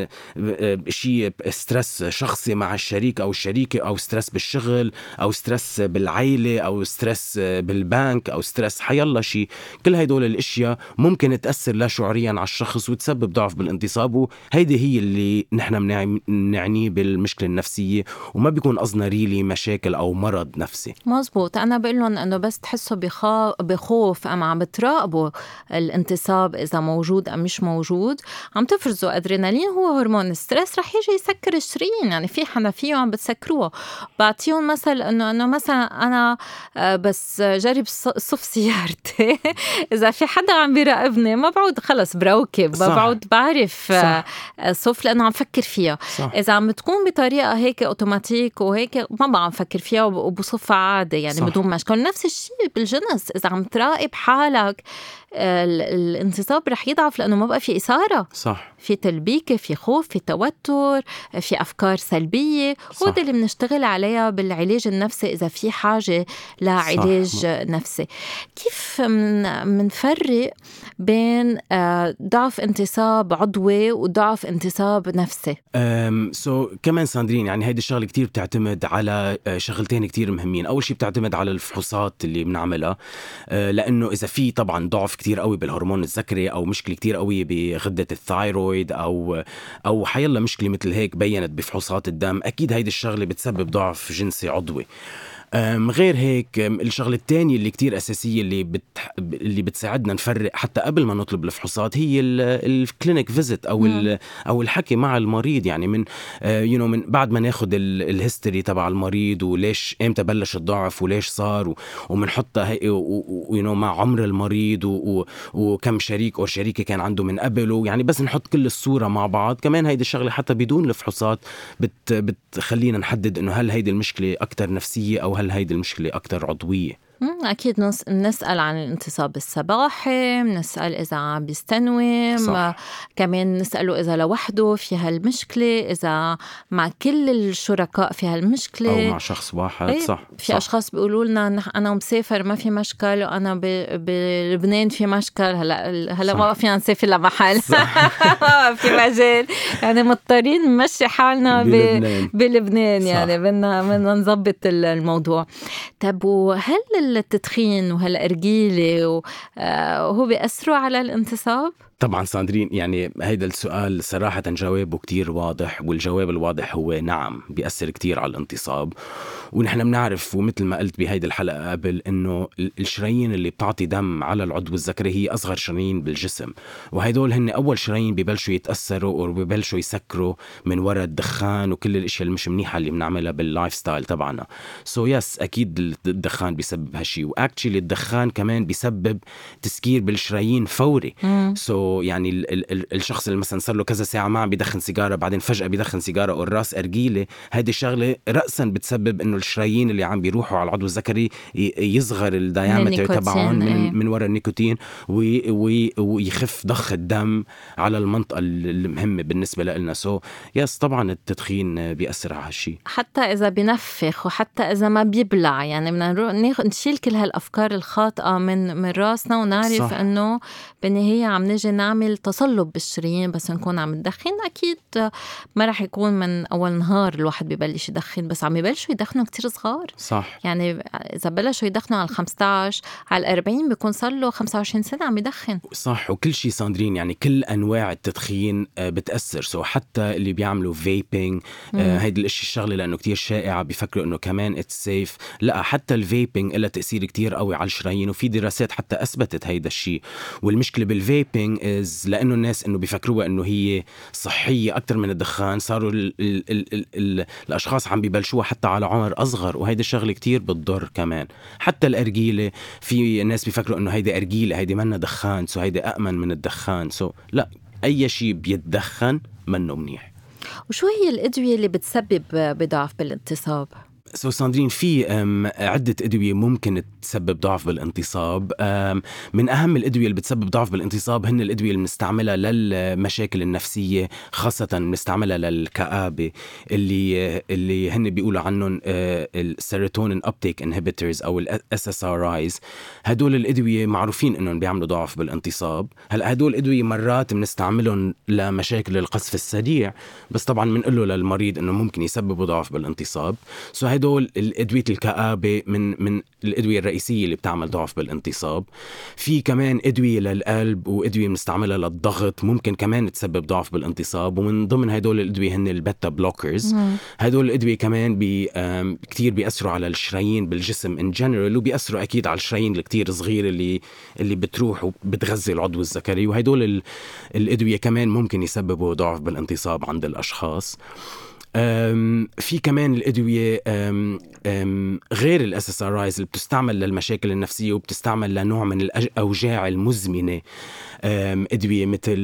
Speaker 2: ال شيء سترس شخصي مع الشريك أو الشريكة، أو سترس بالشغل، أو سترس بالعائلة، أو سترس بالبنك، أو سترس حيالله شيء، كل هيدول الأشياء ممكن تأثر لا شعوريا على الشخص وتسبب ضعف بالانتصاب. وهيدي هي اللي نحن بنعنيه بالمشكلة النفسية، وما بيكون قصدنا ريلي مشاكل أو مرض نفسي.
Speaker 1: مزبوط. أنا بقول لهم أنه بس تحسوا بخا... بخوف أم عم بتراقبوا الانتصاب إذا موجود أم مش موجود، عم تفرزوا أدرينالين، هو هرمون الستريس، رح يجي يسكر الشرايين. يعني في حنا فيه عم بتسكروه. بعطيهم مثل أنه أنه مثلا أنا بس جرب صف سيارتي إذا في حدا عم بيراقبني ما بعود خلص بروكب، ما بعود بعرف صف لأنه عم فكر فيها. صح. إذا عم بتكون بطريقة هيك أوتوماتيك وهيك ما بعم فكر فيها وبصفة عادة يعني. صح. بدون مشكل. نفس الشيء بالجنس، إذا عم تراقب حالك الانتصاب رح يضعف لأنه ما بقى في إثارة.
Speaker 2: صح.
Speaker 1: في تلبيكة، في خوف، في توتر، في أفكار سلبية. هو ده اللي بنشتغل عليها بالعلاج النفسي إذا في حاجة لعلاج صح. نفسي. كيف منفرق بين ضعف انتصاب عضوي وضعف انتصاب نفسي؟
Speaker 2: أم سو كمان ساندرين، يعني هيدي الشغلة كتير بتعتمد على شغلتين كتير مهمين. أول شيء بتعتمد على الفحوصات اللي بنعملها، لأنه إذا في طبعا ضعف كتير قوي بالهرمون الذكري، أو مشكلة كتير قوي بغدة الثايرويد، أو أو حيلا مشكلة مثل هيك بينت بفحوصات الدم، أكيد هيدي الشغلة بتسبب ضعف جنسي عضوي. غير هيك الشغلة الثانية اللي كتير أساسية اللي بت... اللي بتساعدنا نفرق حتى قبل ما نطلب الفحوصات هي الكلينيك فيزيت أو ال... أو الحكي مع المريض. يعني من يو نو من بعد ما ناخد الهيستوري تبع المريض وليش إمتى بلش الضعف وليش صار، و... ومنحطها هي و... و... مع عمر المريض و... و... وكم شريك أو شريكة كان عنده من قبل، يعني بس نحط كل الصورة مع بعض. كمان هيدي الشغلة حتى بدون الفحوصات بت... بتخلينا نحدد إنه هل هيدي المشكلة أكتر نفسية أو هل هيدي المشكلة أكتر عضوية.
Speaker 1: أكيد نس... نسأل عن الانتصاب الصباحي، نسأل إذا عم بيستنوم، كمان نسأله إذا لوحده في هالمشكلة، إذا مع كل الشركاء في هالمشكلة
Speaker 2: أو مع شخص واحد.
Speaker 1: ايه؟
Speaker 2: صح.
Speaker 1: في
Speaker 2: صح.
Speaker 1: أشخاص بيقولوا لنا أنا مسافر ما في مشكل، وأنا ب... بلبنان في مشكل. هلا هلا ما فينا نسافر لمحل ما في مجال، يعني مضطرين نمشي حالنا ب... بلبنان, بلبنان. يعني بدنا بدنا نظبط الموضوع. طب وهل التدخين وهالأرجيلة وهو بيأثروا على الانتصاب؟
Speaker 2: طبعا ساندرين، يعني هيدا السؤال صراحة جوابه كتير واضح، والجواب الواضح هو نعم بيأثر كتير على الانتصاب. ونحن بنعرف ومثل ما قلت بهيدا الحلقة قبل إنه الشرايين اللي بتعطي دم على العضو الذكري هي أصغر شرايين بالجسم، وهيدول هن أول شرايين ببلشوا يتأثروا وببلشوا يسكروا من وراء الدخان وكل الاشياء اللي مش منيحة اللي بنعملها باللايف ستايل تبعنا. سو so يس أكيد الدخان بيسبب هالشي، وأكتشلي الدخان كمان بيسبب تسكير بالشرايين فوري. سو so يعني ال ال الشخص اللي مثلا صار له كذا ساعة ما عم بيدخن سيجارة، بعدين فجأة بيدخن سيجارة والراس أرجيلة، هذه الشغلة رأسا بتسبب إنه الشرايين اللي عم بيروحوا على العضو الذكري يصغر الديامتر تبعهم من, ايه. من وراء النيكوتين، وي وي ويخف ضخ الدم على المنطقة المهمة بالنسبة لنا. سو يس طبعا التدخين بيأثر على هالشي،
Speaker 1: حتى إذا بينفخ وحتى إذا ما بيبلع. يعني بدنا نروح نشيل كل هالأفكار الخاطئة من من راسنا، ونعرف صح. إنه بالنهاية عم نجي نعمل تصلب بالشرايين بس نكون عم ندخن. أكيد ما رح يكون من أول نهار الواحد ببلش يدخن، بس عم يبلشوا يدخنوا كتير صغار.
Speaker 2: صح.
Speaker 1: يعني إذا بلشوا يدخنوا على الخمسة عشر على الأربعين بيكون صار له خمسة وعشرين سنة عم يدخن.
Speaker 2: صح. وكل شيء ساندرين، يعني كل أنواع التدخين بتأثر. سو حتى اللي بيعملوا فيبينج، هيدي الاشي الشغلة لأنه كتير شائعة بيفكروا إنه كمان اتس سيف. لا، حتى الفيبينج إلها تأثير كتير قوي على الشرايين، وفي دراسات حتى أثبتت هيدا الشيء. والمشكلة بالفيبينج is لأنه الناس إنه بيفكروها إنه هي صحية أكتر من الدخان، صاروا ال ال ال ال ال الأشخاص عم بيبلشوها حتى على عمر أصغر، وهيدا الشغلة كتير بتضر كمان. حتى الأرجيلة في ناس بيفكروا إنه هيدا أرجيلة، هيدا منا دخان، سو هيدا أأمن من الدخان. سو لا، أي شيء بيتدخن منه منيح.
Speaker 1: وشو هي الأدوية اللي بتسبب بضعف بالانتصاب؟
Speaker 2: سو ساندرين، في عدة أدوية ممكن تسبب ضعف بالانتصاب. من أهم الأدوية اللي بتسبب ضعف بالانتصاب هن الأدوية اللي بنستعملها للمشاكل النفسية، خاصة بنستعملها للكآبة، اللي اللي هن بيقولوا عنهم السيروتونين أبتيك إنهبيتورز أو ال إس إس آر آيز. هدول الأدوية معروفين إنهم بيعملوا ضعف بالانتصاب. هلا هدول الأدوية مرات بنستعملهم لمشاكل القذف السريع، بس طبعا بنقول له للمريض إنه ممكن يسببوا ضعف بالانتصاب. سو هدول الأدوية الكآبة من من الأدوية الرئيسية اللي بتعمل ضعف بالانتصاب. في كمان أدوية للقلب وأدوية بنستعملها للضغط، ممكن كمان تسبب ضعف بالانتصاب. ومن ضمن هدول الأدوية هن البيتا بلوكرز. هدول الأدوية كمان بي كتير بيأثروا على الشرايين بالجسم in general، وبيأثروا أكيد على الشرايين الكتير صغيرة اللي اللي بتروح وبتغذي العضو الذكري. وهدول الأدوية كمان ممكن يسببوا ضعف بالانتصاب عند الأشخاص. في كمان الأدوية أم أم غير ال إس إس آر آيز اللي بتستعمل للمشاكل النفسية وبتستعمل لنوع من الأوجاع المزمنة، أدوية مثل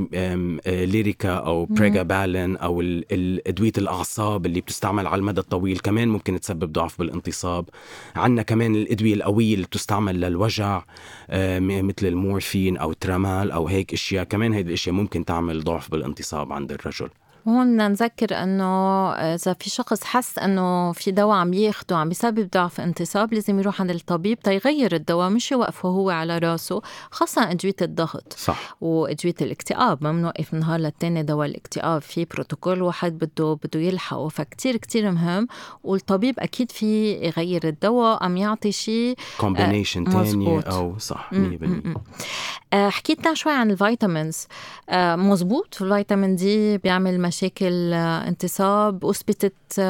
Speaker 2: ليريكا أو بريغابالين أو أدوية الأعصاب اللي بتستعمل على المدى الطويل، كمان ممكن تسبب ضعف بالانتصاب. عنا كمان الأدوية القوية اللي بتستعمل للوجع مثل المورفين أو ترامال أو هيك أشياء، كمان هيدي الأشياء ممكن تعمل ضعف بالانتصاب عند الرجل.
Speaker 1: هون نذكر أنه إذا في شخص حس أنه في دواء عم ياخده عم بيسبب ضعف انتصاب، لازم يروح عند الطبيب تيغير الدواء، مش يوقفه هو على راسه، خاصة أدوية الضغط.
Speaker 2: صح.
Speaker 1: وأدوية الاكتئاب ما منوقف من نهار للتاني دواء الاكتئاب، في بروتوكول واحد بده بده يلحقه، فكتير كتير مهم. والطبيب أكيد في يغير الدواء أم يعطي شيء
Speaker 2: كومبينيشن تاني أو صح مية بالمية.
Speaker 1: حكيتنا شوي عن الفيتامينز. مزبوط، الفيتامين دي بيعمل مشاكل انتصاب، أثبتت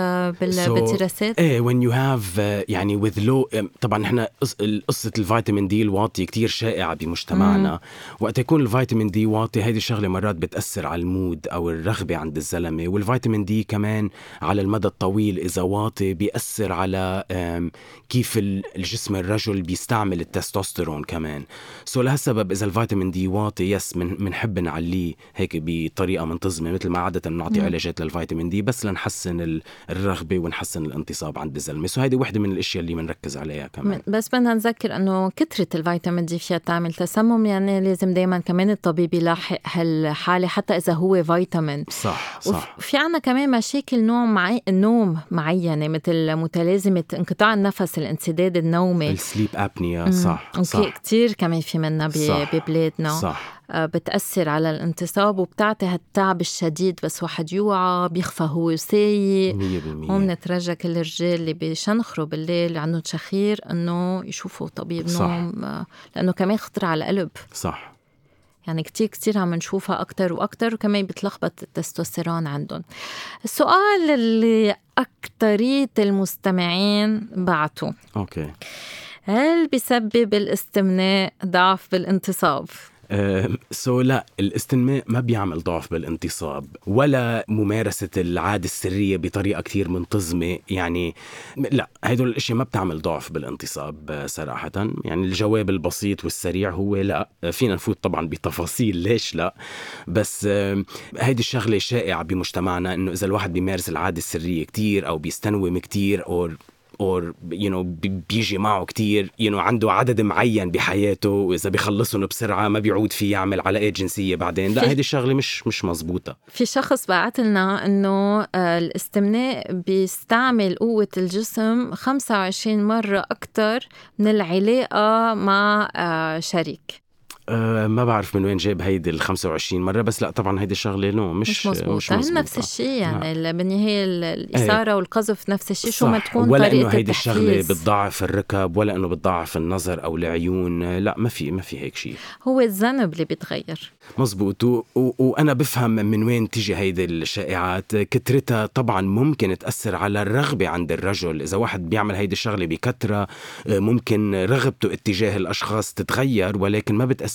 Speaker 1: بالدراسات.
Speaker 2: so, ايه when you have uh, يعني with low um, طبعا احنا قصة الفيتامين دي الواطي كتير شائعة بمجتمعنا. مم. وقت يكون الفيتامين دي واطي، هيدي الشغلة مرات بتأثر على المود أو الرغبة عند الزلمة. والفيتامين دي كمان على المدى الطويل إذا واطي بيأثر على um, كيف الجسم الرجل بيستعمل التستوستيرون كمان. سو so, لهالسبب إذا الفيتامين دي واطي يس من منحب نعليه هيك بطريقة منتظمة، مثل ما عادة نعطي علاجات للفيتامين دي بس لنحسن الرغبة ونحسن الانتصاب عند الزلمة. سو هيدي واحدة من الاشياء اللي بنركز عليها كمان.
Speaker 1: بس بدنا نذكر انه كثرة الفيتامين دي فيها تعمل تسمم، يعني لازم دايما كمان الطبيب يلاحق هالحالة حتى اذا هو فيتامين.
Speaker 2: صح صح.
Speaker 1: وفي عنا كمان مشاكل نوع معي... نوم معينة، مثل متلازمة انقطاع النفس، الانسداد النومي،
Speaker 2: السليب ابنيا. صح
Speaker 1: صح. كتير كمان في منا ببلادنا.
Speaker 2: صح.
Speaker 1: بتأثر على الانتصاب وبتعطي هالتعب الشديد، بس واحد يوعى بيخفى هو سايق. هون نترجى كل الرجال اللي بيشنخروا بالليل اللي عندهم شخير انه يشوفوا طبيب صح. نوم، لانه كمان خطر على القلب.
Speaker 2: صح.
Speaker 1: يعني كتير كتير عم نشوفها أكتر وأكتر، وكمان بتلخبط التستوستيرون عندهم. السؤال اللي أكترية المستمعين بعتوا،
Speaker 2: أوكي،
Speaker 1: هل بيسبب الاستمناء ضعف بالانتصاب؟
Speaker 2: أه سو لا، الاستنماء ما بيعمل ضعف بالانتصاب، ولا ممارسة العادة السرية بطريقة كتير منتظمة. يعني لا، هيدول الاشياء ما بتعمل ضعف بالانتصاب صراحة. يعني الجواب البسيط والسريع هو لا. فينا نفوت طبعا بتفاصيل ليش لا، بس أه هيدي الشغلة شائعة بمجتمعنا، انه اذا الواحد بيمارس العادة السرية كتير او بيستنوم كتير او or you know بيجي معه كتير you know عنده عدد معين بحياته، وإذا بيخلصهم بسرعة ما بيعود فيه يعمل علاقات جنسية بعدين. لا، هيدي الشغلة مش مش مزبوطة.
Speaker 1: في شخص بعت لنا إنه الاستمناء بيستعمل قوة الجسم خمسة وعشرين مرة أكتر من العلاقة مع شريك.
Speaker 2: أه ما بعرف من وين جاب هيدي ال خمسة وعشرين مرة، بس لا طبعا هيدي الشغلة نو مش
Speaker 1: مش مزبوطة.
Speaker 2: مش مزبوطة.
Speaker 1: نفس الشيء يعني بالنهاية الإثارة ايه. والقذف نفس الشيء، شو ما تكون
Speaker 2: ولا
Speaker 1: طريقة
Speaker 2: إنه هيدي
Speaker 1: التحفيز.
Speaker 2: الشغلة بتضاعف الركب، ولا إنه بتضاعف النظر أو العيون. لا، ما في ما في هيك شيء.
Speaker 1: هو الذنب اللي بيتغير.
Speaker 2: مزبوط. و... و... وأنا بفهم من وين تيجي هيدي الشائعات. كترتها طبعا ممكن تأثر على الرغبة عند الرجل. إذا واحد بيعمل هيدي الشغلة بكترة، ممكن رغبته اتجاه الأشخاص تتغير، ولكن ما بتأثر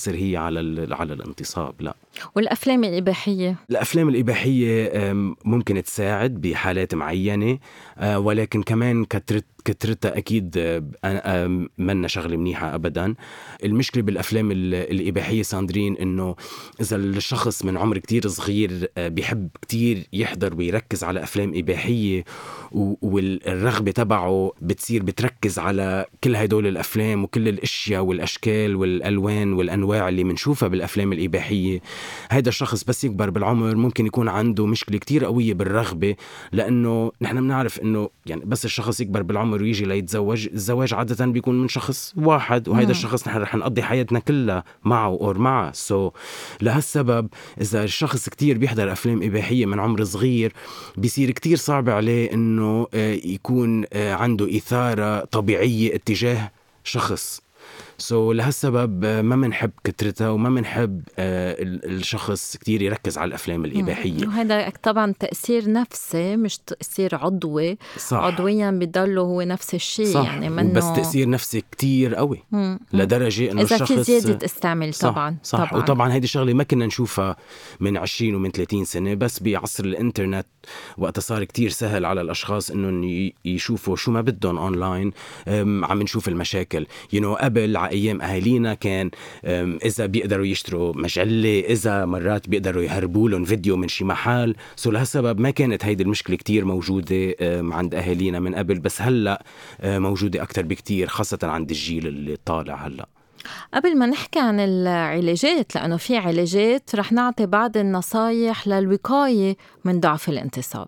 Speaker 2: تؤثر هي على على الانتصاب. لا.
Speaker 1: والأفلام الإباحية
Speaker 2: الأفلام الإباحية ممكن تساعد بحالات معينة، ولكن كمان كترت كترتها أكيد منا شغلة منيحة أبدا. المشكلة بالأفلام الإباحية ساندرين إنه إذا الشخص من عمر كتير صغير بيحب كتير يحضر ويركز على أفلام إباحية، والرغبة تبعه بتصير بتركز على كل هدول الأفلام وكل الأشياء والأشكال والألوان والأنواع اللي منشوفها بالأفلام الإباحية، هيدا الشخص بس يكبر بالعمر ممكن يكون عنده مشكلة كتير قوية بالرغبة. لأنه نحن بنعرف إنه يعني بس الشخص يكبر بالعمر ويجي ليتزوج، الزواج عادة بيكون من شخص واحد، وهيدا الشخص نحن رح نقضي حياتنا كلها معه أو معه. سو so, لهالسبب إذا الشخص كتير بيحضر أفلام إباحية من عمر صغير بيصير كتير صعب عليه إنه يكون عنده إثارة طبيعية اتجاه شخص. سو so, لهالسبب ما منحب كترتها وما منحب آه الشخص كتير يركز على الأفلام الإباحية.
Speaker 1: وهذا طبعا تأثير نفسي مش تأثير عضوي. صح. عضويا بيضله هو نفس الشيء. يعني منه
Speaker 2: بس تأثير نفسي كتير قوي مم. لدرجة إنه
Speaker 1: إذا
Speaker 2: الشخص
Speaker 1: في زيادة استعمل.
Speaker 2: صح.
Speaker 1: طبعا
Speaker 2: صح. طبعا. وطبعا هيدي شغلة ما كنا نشوفها من عشرين ومن ثلاثين سنة، بس بعصر الإنترنت وقت صار كتير سهل على الأشخاص إنه يشوفوا شو ما بدهم أونلاين. عم نشوف المشاكل you know قبل ع أيام أهالينا كان إذا بيقدروا يشتروا مجلة، إذا مرات بيقدروا يهربوا لهم فيديو من شي محل. سو لهالسبب ما كانت هيدي المشكلة كتير موجودة عند أهالينا من قبل، بس هلأ موجودة أكتر بكتير خاصة عند الجيل اللي طالع هلأ.
Speaker 1: قبل ما نحكي عن العلاجات، لأنه في علاجات رح نعطي بعض النصايح للوقاية من ضعف الانتصاب.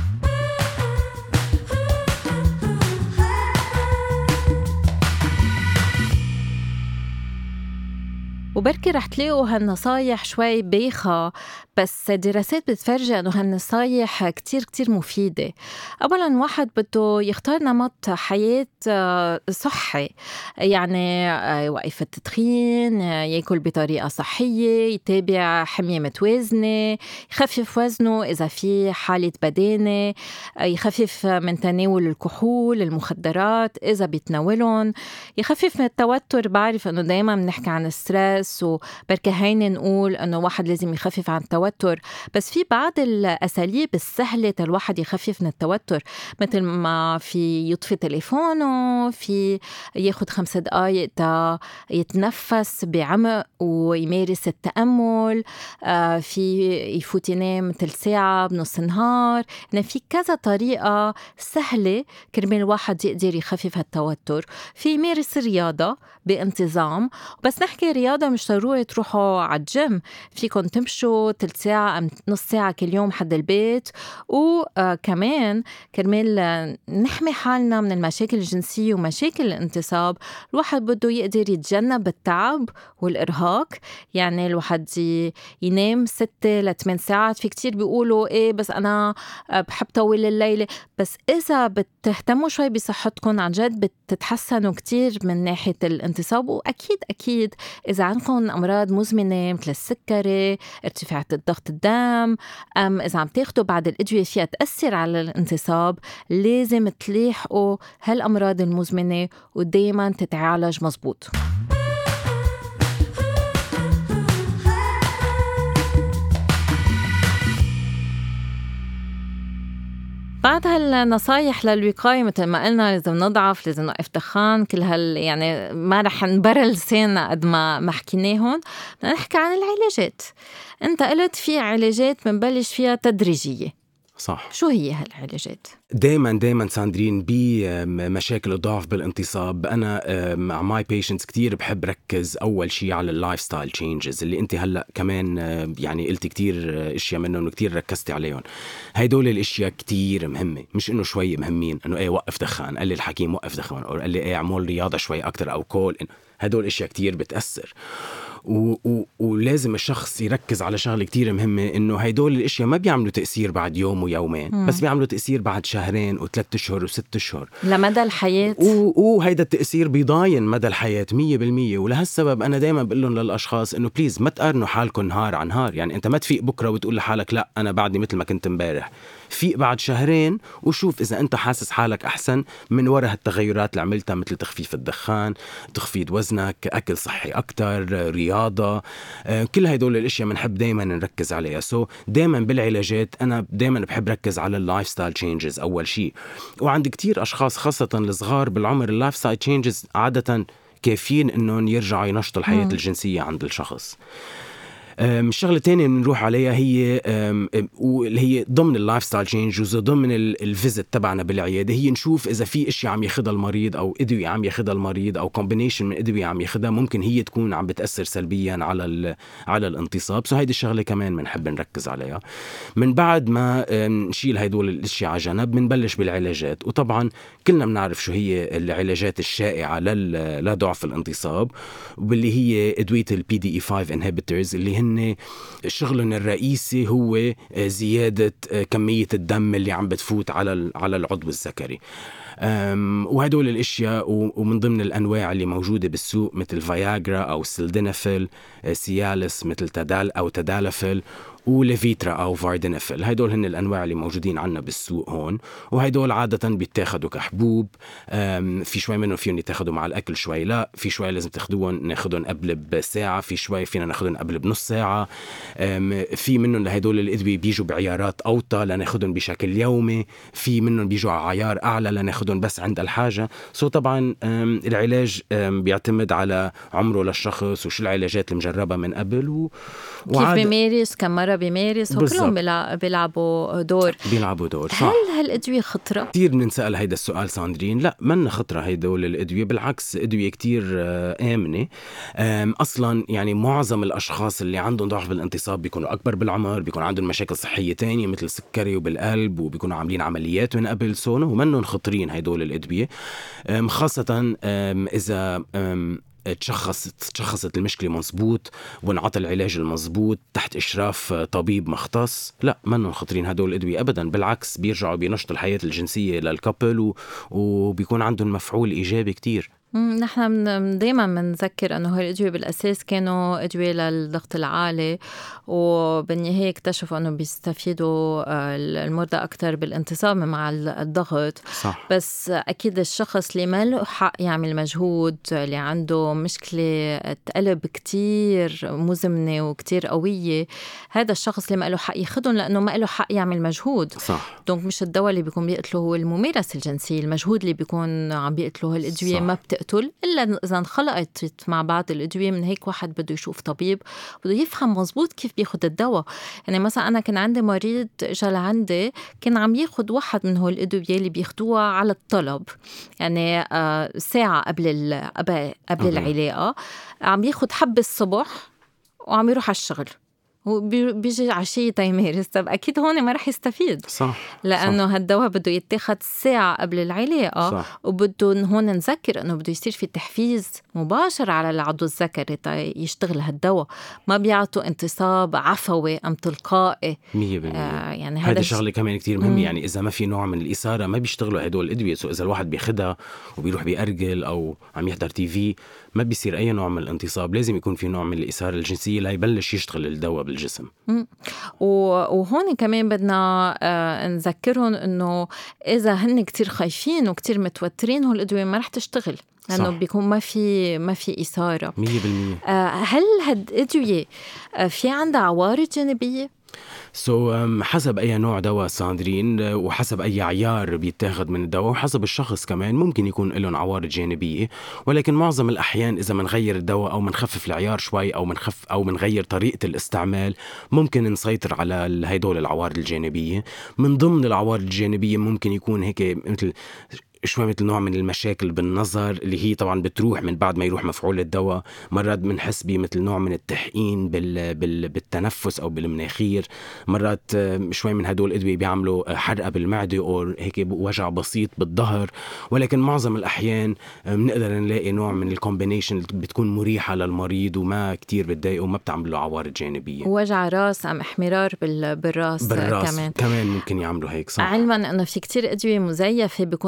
Speaker 1: وبركي رح تلاقوا هالنصايح شوي بايخة، بس دراسات بتفرجي أنه هالنصايح كتير كتير مفيدة. أولاً واحد بده يختار نمط حياة صحي، يعني يوقف التدخين، يأكل بطريقة صحية، يتابع حمية متوازنة، يخفف وزنه إذا في حالة بدانة، يخفف من تناول الكحول، المخدرات إذا بيتناولون، يخفف من التوتر. بعرف أنه دايماً بنحكي عن الستريس وبركي هين نقول أنه واحد لازم يخفف عن التوتر، بس في بعض الأساليب السهلة الواحد يخفف من التوتر، مثل ما في يطفي تليفونه، في ياخد خمس دقايق تا يتنفس بعمق ويمارس التأمل، في يفوت ينام مثل ساعة بنص النهار. يعني في كذا طريقة سهلة كرمال الواحد يقدر يخفف التوتر. في يمارس رياضة بانتظام، بس نحكي رياضة مش ضروري تروحوا على الجيم، فيكن تمشوا تلت ساعة أم نص ساعة كل يوم حد البيت. وكمان كرمال نحمي حالنا من المشاكل الجنسية ومشاكل الانتصاب، الواحد بده يقدر يتجنب التعب والإرهاق. يعني الواحد ينام ستة لثمان ساعات. في كتير بيقولوا إيه بس أنا بحب طول الليلة، بس إذا بتهتموا شوي بصحتكم عن جد بتتحسنوا كتير من ناحية الانتصاب. وأكيد أكيد إذا عندكم أمراض مزمنة مثل السكري، ارتفاع ضغط الدم، أم إذا عم تاخدوا بعد الأدوية فيها تأثر على الانتصاب، لازم تلاحقوا هالأمراض المزمنة ودايما تتعالج مزبوط. بعد هالنصايح للوقاية مثل ما قلنا لازم نضعف، لازم نوقف دخان، كل هال يعني ما رح نبرر لساننا قد ما ما حكيناهم. بدنا نحكي عن العلاجات. انت قلت في علاجات بنبلش فيها تدريجية.
Speaker 2: صح.
Speaker 1: شو هي هالعلاجات؟
Speaker 2: دايما دايما ساندرين بمشاكل الضعف بالانتصاب أنا مع ماي بيشنتس كتير بحب ركز أول شيء على اللايف ستايل تشينجز اللي أنت هلأ كمان يعني قلت كتير اشياء منهم وكتير ركزتي عليهم. هيدول الاشياء كتير مهمة، مش إنه شوي مهمين إنه إيه وقف دخان، قال لي الحكيم وقف دخان، أو قال لي إيه عمول رياضة شوي أكتر أو كول. هدول اشياء كتير بتأثر. و... و... ولازم الشخص يركز على شغلة كتير مهمة، إنه هيدول الاشياء ما بيعملوا تأثير بعد يوم ويومين، مم. بس بيعملوا تأثير بعد شهرين وثلاث أشهر وست أشهر
Speaker 1: لمدى الحياة.
Speaker 2: و... وهيدا التأثير بيضاين مدى الحياة مية بالمية. ولهالسبب أنا دايما بقول لهم للأشخاص إنه بليز ما تقارنوا حالكم نهار عن نهار. يعني أنت ما تفيق بكرة وتقول لحالك لا أنا بعدني مثل ما كنت مبارح. فيق بعد شهرين وشوف إذا أنت حاسس حالك أحسن من وراء هالتغيرات اللي عملتها، مثل تخفيف الدخان، تخفيض وزنك، أكل صحي أكتر، رياضة. كل هيدول الأشياء منحب دايما نركز عليها. سو دايما بالعلاجات أنا دايما بحب ركز على اللايف ستايل تشينجز أول شيء. وعند كتير أشخاص خاصة الصغار بالعمر اللايف ستايل تشينجز عادة كافيين إنهم يرجعوا ينشطوا الحياة مم. الجنسية عند الشخص. الشغلة الثانية بنروح عليها هي واللي هي ضمن اللايف ستايل تشينج وضمن الفيزيت تبعنا بالعيادة، هي نشوف إذا في إشياء عم ياخدها المريض أو أدوية عم ياخدها المريض أو كومبينيشن من أدوية عم ياخدها ممكن هي تكون عم بتأثر سلبيا على على الانتصاب. سو هيدي الشغلة كمان بنحب نركز عليها. من بعد ما نشيل هيدول الأشياء على جنب بنبلش بالعلاجات. وطبعا كلنا بنعرف شو هي العلاجات الشائعة لضعف الانتصاب، واللي هي أدوية البي دي إي خمسة inhibitors اللي هن شغلهم الرئيسي هو زيادة كمية الدم اللي عم بتفوت على على العضو الذكري. وهدول الاشياء ومن ضمن الانواع اللي موجوده بالسوق مثل فياجرا او سيلدينافيل، سيالس مثل تدال او تدالافيل، وليفيترا أو فاردينافيل. هيدول هن الأنواع اللي موجودين عنا بالسوق هون، وهيدول عادة بيتاخدوا كحبوب. في شوي منهم فيهم يتاخدوا مع الأكل، شوي لا، في شوي لازم تاخدوهم ناخدهم قبل بساعة، في شوي فينا ناخدهم قبل بنص ساعة. في منهم لهيدول الأدوية بيجوا بعيارات أوطى لناخدهم بشكل يومي، في منهم بيجوا على عيار أعلى لناخدهم بس عند الحاجة. سو طبعا العلاج بيعتمد على عمره للشخص وشو العلاجات المجربة من قبل و...
Speaker 1: كيف بيمارس، كم مرة بيمارس، وكلهم بيلعبوا دور
Speaker 2: بيلعبوا دور صح.
Speaker 1: هل هالأدوية خطرة؟
Speaker 2: كتير بنسأل هيدا السؤال ساندرين. لا، منا خطرة هيدول الأدوية، بالعكس أدوية كتير آمنة. أصلا يعني معظم الأشخاص اللي عندهم ضعف بالانتصاب بيكونوا أكبر بالعمر، بيكون عندهم مشاكل صحية تانية مثل السكري وبالقلب، وبيكونوا عاملين عمليات من قبل سونو، ومنهم خطرين هيدول الأدوية. خاصة إذا تشخصت تشخصت المشكلة مزبوط وانعطى العلاج المزبوط تحت إشراف طبيب مختص. لا، منهم خطرين هدول الأدوية أبدا، بالعكس بيرجعوا بينشطوا الحياة الجنسية للكابل وبيكون عندهم مفعول إيجابي كتير.
Speaker 1: نحن دايما بنذكر أنه هالأدوية بالأساس كانوا أدوية للضغط العالي، وبالنهاية اكتشفوا أنه بيستفيدوا المرضى أكتر بالانتصاب مع الضغط.
Speaker 2: صح.
Speaker 1: بس أكيد الشخص اللي ما له حق يعمل مجهود، اللي عنده مشكلة قلب كتير مزمنة وكتير قوية، هذا الشخص اللي ما له حق ياخدهم لأنه ما له حق يعمل مجهود.
Speaker 2: صح.
Speaker 1: دونك مش الدواء اللي بيكون بيقتله هو الممارسة الجنسية، المجهود اللي بيكون عم بيقتله هالأدوية ما بتقتل إلا إذا انخلقت مع بعض الأدوية. من هيك واحد بده يشوف طبيب، بده يفهم مزبوط كيف بياخد الدواء. يعني مثلا أنا كان عندي مريض جا لعندي كان عم ياخد واحد من هول الأدوية اللي بياخدوها على الطلب، يعني آه ساعة قبل قبل قبل العلاقة عم ياخد حب الصبح وعم يروح على الشغل وبيجي عشية يمارس. طب أكيد هون ما رح يستفيد.
Speaker 2: صح.
Speaker 1: لأنه هالدواء بده يتاخد ساعة قبل العلاقة.
Speaker 2: صح.
Speaker 1: وبده هون نذكر أنه بده يصير في تحفيز مباشر على العضو الذكري يشتغل هالدواء، ما بيعطوا انتصاب عفوي أم تلقائي.
Speaker 2: مية بالمية. آه يعني هذا شغلة كمان كتير مهم. يعني إذا ما في نوع من الإثارة ما بيشتغلوا هدول الأدوية. سو إذا الواحد بياخدها وبيروح بيأرجل أو عم يحضر تي في ما بيصير أي نوع من الانتصاب. لازم يكون في نوع من الإثارة الجنسية لا يبلش يشتغل الدواء بالجسم.
Speaker 1: وهون كمان بدنا آه نذكرهم إنه إذا هن كتير خايفين وكتير متوترين هول الأدوية ما رح تشتغل، لأنه بيكون ما في ما في إثارة.
Speaker 2: مية بالمية.
Speaker 1: آه هل هالأدوية آه في عندها عوارض جانبية؟
Speaker 2: سو so, um, حسب أي نوع دواء ساندرين وحسب أي عيار بيتاخد من الدواء وحسب الشخص كمان ممكن يكون لهم عوارض جانبية. ولكن معظم الأحيان إذا منغير الدواء أو منخفف العيار شوي أو منخف أو منغير طريقة الاستعمال ممكن نسيطر على هيدول العوارض الجانبية. من ضمن العوارض الجانبية ممكن يكون هيك مثل شوي مثل نوع من المشاكل بالنظر اللي هي طبعا بتروح من بعد ما يروح مفعول الدواء. مرات بنحس بمثل نوع من التحقين بال... بال... بالتنفس أو بالمناخير. مرات شوي من هدول الأدوية بيعملوا حرقة بالمعدة أو هيك وجع بسيط بالظهر. ولكن معظم الأحيان بنقدر نلاقي نوع من الكومبينيشن اللي بتكون مريحة للمريض وما كتير بتضايقه وما بتعمل له عوارض جانبية.
Speaker 1: وجع راس أم احمرار بال... بالراس,
Speaker 2: بالراس
Speaker 1: كمان
Speaker 2: كمان ممكن يعملوا هيك. صح.
Speaker 1: علما أنه في كتير أدوية مزيفة بيكونوا حاطين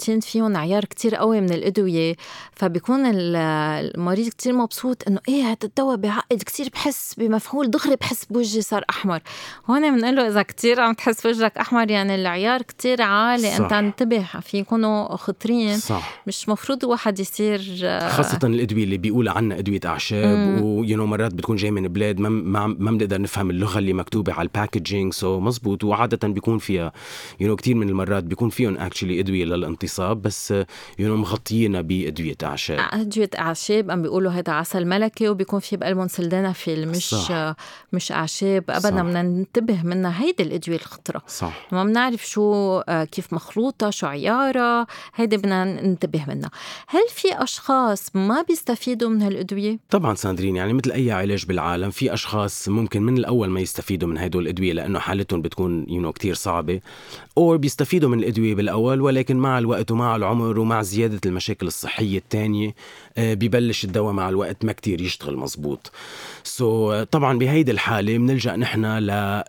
Speaker 1: حاطين فيهم عيار كتير قوي من الأدوية، فبيكون المريض كتير مبسوط إنه إيه هذا الدواء بيعقد كتير، بحس بمفعول دغري، بحس بوجهي صار أحمر. هون بنقول له إذا كتير عم تحس وجهك أحمر يعني العيار كتير عالي، أنت انتبه، في يكونوا خطرين. صح. مش مفروض واحد يصير،
Speaker 2: خاصة الأدوية اللي بيقول عنها أدوية أعشاب، وينو مرات بتكون جاي من بلاد ما ما بنقدر نفهم اللغة اللي مكتوبة على الباكجينج، سو مزبوط. وعادة بيكون فيها ينو كتير من المرات بيكون فيهم اكشلي أدوية للانتصاب، بس ينو مغطينا بأدوية أعشاب.
Speaker 1: أدوية أعشاب عم بيقولوا هذا عسل ملكي، وبيكون في بقلبهم سلدنافيل، مش صح. مش أعشاب أبدا. بدنا ننتبه منها، هيدي الأدوية الخطرة. صح. ما بنعرف شو كيف مخلوطة، شو عيارة، هيدي بدنا ننتبه منها. هل في أشخاص ما بيستفيدوا من هالأدوية؟
Speaker 2: طبعا ساندرين، يعني مثل أي علاج بالعالم في أشخاص ممكن من الأول ما يستفيدوا من هيدول الأدوية لأنه حالتهم بتكون ينو كتير صعبة، أو بيستفيدوا من الأدوية بالأول، ولكن مع الوقت ومع العمر ومع زيادة المشاكل الصحية التانية بيبلش الدواء مع الوقت ما كتير يشتغل مزبوط. سو so, طبعا بهيدي الحالة بنلجأ نحن ل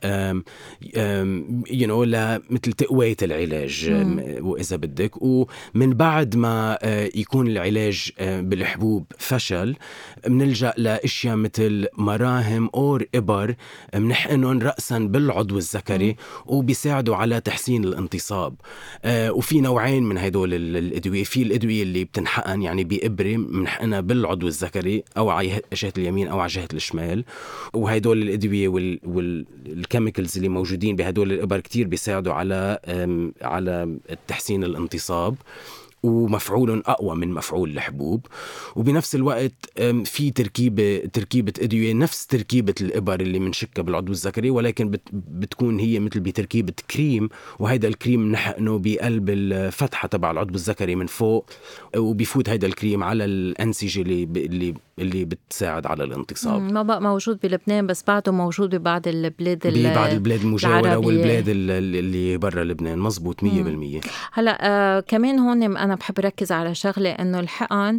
Speaker 2: يو لمثل تقوية العلاج وإذا بدك، ومن بعد ما يكون العلاج بالحبوب فشل بنلجأ لأشياء مثل مراهم أو إبر منحقنهم رأسا بالعضو الذكري وبيساعدوا على تحسين الانتصاب. وفي نوعين من هدول الأدوية، في الأدوية اللي بتنحقن يعني بإبرة منحقنها بالعضو الذكري أو على جهة اليمين أو على جهة الشمال، وهدول الأدوية والكيميكلز اللي موجودين بهدول الإبر كتير بيساعدوا على على تحسين الانتصاب، ومفعول أقوى من مفعول الحبوب. وبنفس الوقت في تركيبة تركيبة أدوية نفس تركيبة الإبر اللي منشكة بالعضو الذكري، ولكن بتكون هي مثل بتركيبة كريم، وهيدا الكريم نحقنه بقلب الفتحة تبع العضو الذكري من فوق، وبيفوت هيدا الكريم على الأنسجة اللي اللي اللي بتساعد على الانتصاب.
Speaker 1: ما بقى موجود بلبنان، بس بعده موجود ببعض البلاد
Speaker 2: ببعض البلاد المجاورة والبلاد اللي برا لبنان. مزبوط مية بالمية.
Speaker 1: هلا آه كمان هون أنا بحب ركز على شغلة، إنه الحقن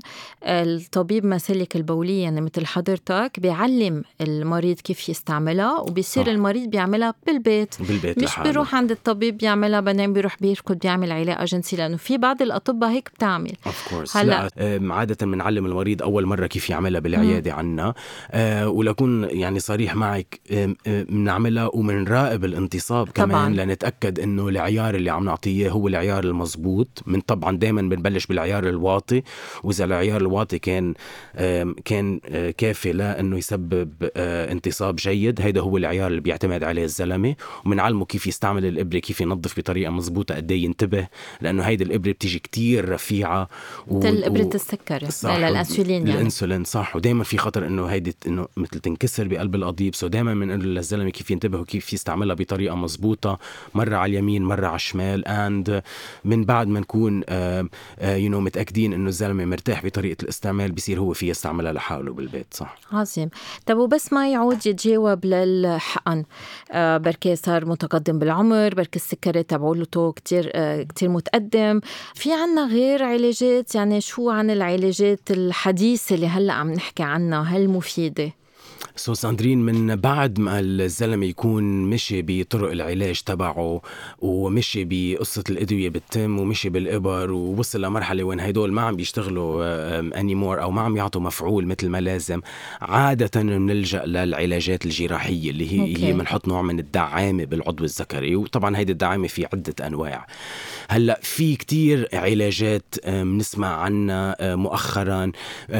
Speaker 1: الطبيب مسالك البولية يعني مثل حضرتك بيعلم المريض كيف يستعملها، وبيصير آه. المريض بيعملها بالبيت, بالبيت مش لحالة. بيروح عند الطبيب بيعملها بعدين بيروح بيركض بيعمل علاقة جنسية، لأنه في بعض الأطباء هيك بتعمل.
Speaker 2: هلا عادة بنعلم المريض أول مرة كيف يعملها بالعيادة عنا، آه ولكن يعني صريح معك بنعملها آه ومنراقب الانتصاب كمان لنتأكد إنه العيار اللي عم نعطيه هو العيار المزبوط. من طبعا دايما بنبلش بالعيار الواطي، وإذا العيار الواطي كان آه كان آه كافي لأنه يسبب آه انتصاب جيد، هيدا هو العيار اللي بيعتمد عليه الزلمة. ومنعلمه كيف يستعمل الإبرة، كيف ينظف بطريقة مزبوطة، قد ايه ينتبه، لأنه هيدا الإبرة بتيجي كتير رفيعة
Speaker 1: مثل إبرة و... السكر للأنسولين يعني.
Speaker 2: الأنسولين صح. ودايما في خطر إنه هيدي إنه مثل تنكسر بقلب القضيب، سو دايما بنقول للزلمة كيف ينتبه وكيف يستعملها بطريقة مزبوطة، مرة على اليمين مرة على الشمال، and من بعد ما نكون آه آه يو نو متأكدين إنه الزلمة مرتاح بطريقة الاستعمال، بيصير هو فيه يستعملها لحاله بالبيت. صح.
Speaker 1: عظيم. طب وبس ما يعود يتجاوب للحقن، آه بركي صار متقدم بالعمر، بركي السكري تبعولته كتير آه كتير متقدم، في عنا غير علاجات؟ يعني شو عن العلاجات الحديثة اللي هلأ عم نحكي عنها، هل مفيدة؟
Speaker 2: سو ساندرين، من بعد ما الزلمة يكون مشي بطرق العلاج تبعه ومشي بقصة الأدوية بالتم ومشي بالإبر ووصل لمرحلة وين هيدول ما عم بيشتغلوا أنيمور أو ما عم يعطوا مفعول مثل ما لازم، عادة نلجأ للعلاجات الجراحية اللي هي هي منحط نوع من الدعامة بالعضو الذكري. وطبعا هيدي الدعامة في عدة أنواع. هلأ في كتير علاجات بنسمع عنها مؤخرا،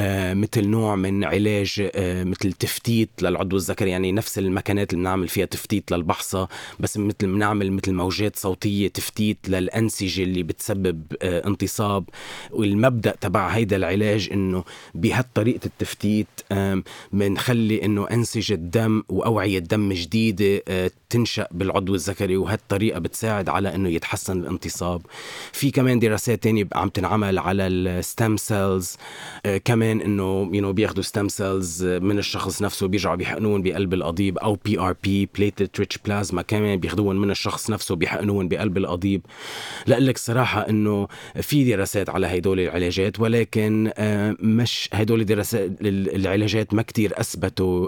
Speaker 2: مثل نوع من علاج مثل تفتيت للعضو الذكري، يعني نفس المكانات اللي بنعمل فيها تفتيت للبحصة، بس مثل بنعمل مثل موجات صوتية تفتيت للأنسجة اللي بتسبب انتصاب. والمبدأ تبع هيدا العلاج إنه بهالطريقة التفتيت بنخلي إنه أنسجة الدم وأوعية دم جديدة تنشأ بالعضو الذكري، وهالطريقة بتساعد على إنه يتحسن الانتصاب. في كمان دراسات تانية عم تنعمل على الستام سيلز، كمان إنه ينو بياخدوا ستام سيلز من الشخص نفسه بيرجعوا بيحقنون بقلب القضيب، أو بي آر بي platelet rich plasma كمان بياخدون من الشخص نفسه بيحقنون بقلب القضيب. لقلك الصراحة إنه في دراسات على هيدول العلاجات، ولكن مش هيدول الدراسات العلاجات ما كتير أثبتوا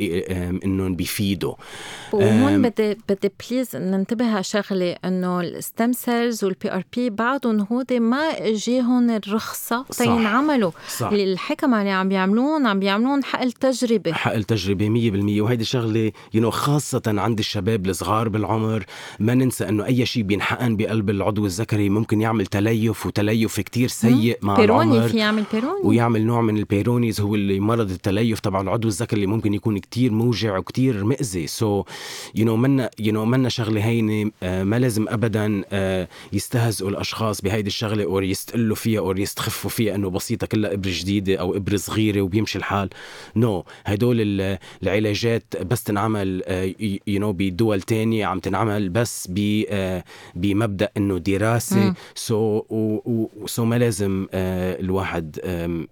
Speaker 2: إنه بيفيدوا.
Speaker 1: وهون بدي بدي بليز ننتبه على شغله، إنه الستم سيلز والبي آر بي بعضهم هودي ما اجيهم الرخصة تينعملوا. الحكمة اللي عم بيعملون عم بيعملون حق التجربة
Speaker 2: حق التجربة مية بالمية. وهيدي شغلة ينو خاصة عند الشباب الصغار بالعمر. ما ننسى إنه أي شيء بينحقن بقلب العضو الذكري ممكن يعمل تليف، وتليف كتير سيء مع العمر.
Speaker 1: في يعمل بيروني
Speaker 2: ويعمل نوع من البيرونيز، هو اللي مرض التليف تبع العضو الذكري اللي ممكن يكون كتير موجع وكتير مؤذي. سو ينو منا ينو منا شغلة هيني. آه ما لازم أبدا آه يستهزئوا الأشخاص بهيدي الشغلة أو يستقلوا فيها أو يستخفوا فيها إنه بسيطة كلها إبرة جديدة أو إبرة صغيرة وبيمشي الحال. نو no. هدول العلاجات بس تنعمل يو نو بدول تانية، عم تنعمل بس بمبدأ إنه دراسة. سو سو ما لازم الواحد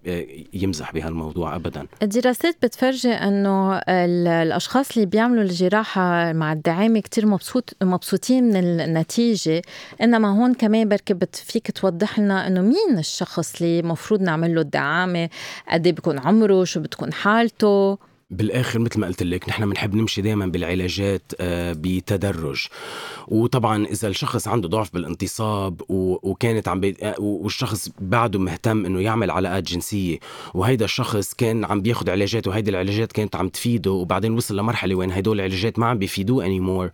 Speaker 2: يمزح بهالموضوع أبدا.
Speaker 1: الدراسات بتفرجي إنه الأشخاص اللي بيعملوا الجراحة مع الدعامة كتير مبسوط مبسوطين من النتيجة. إنما هون كمان بركب فيك توضح لنا إنه مين الشخص اللي مفروض نعمل له الدعامة، قد بيكون عمره، شو بتكون حالته.
Speaker 2: بالآخر مثل ما قلت لك نحن بنحب نمشي دائما بالعلاجات بتدرج. وطبعا إذا الشخص عنده ضعف بالانتصاب وكانت عم بي والشخص بعده مهتم إنه يعمل علاقات جنسية، وهيدا الشخص كان عم بياخد علاجات وهيدا العلاجات كانت عم تفيده، وبعدين وصل لمرحلة وين هيدول العلاجات ما عم بيفيدوه anymore،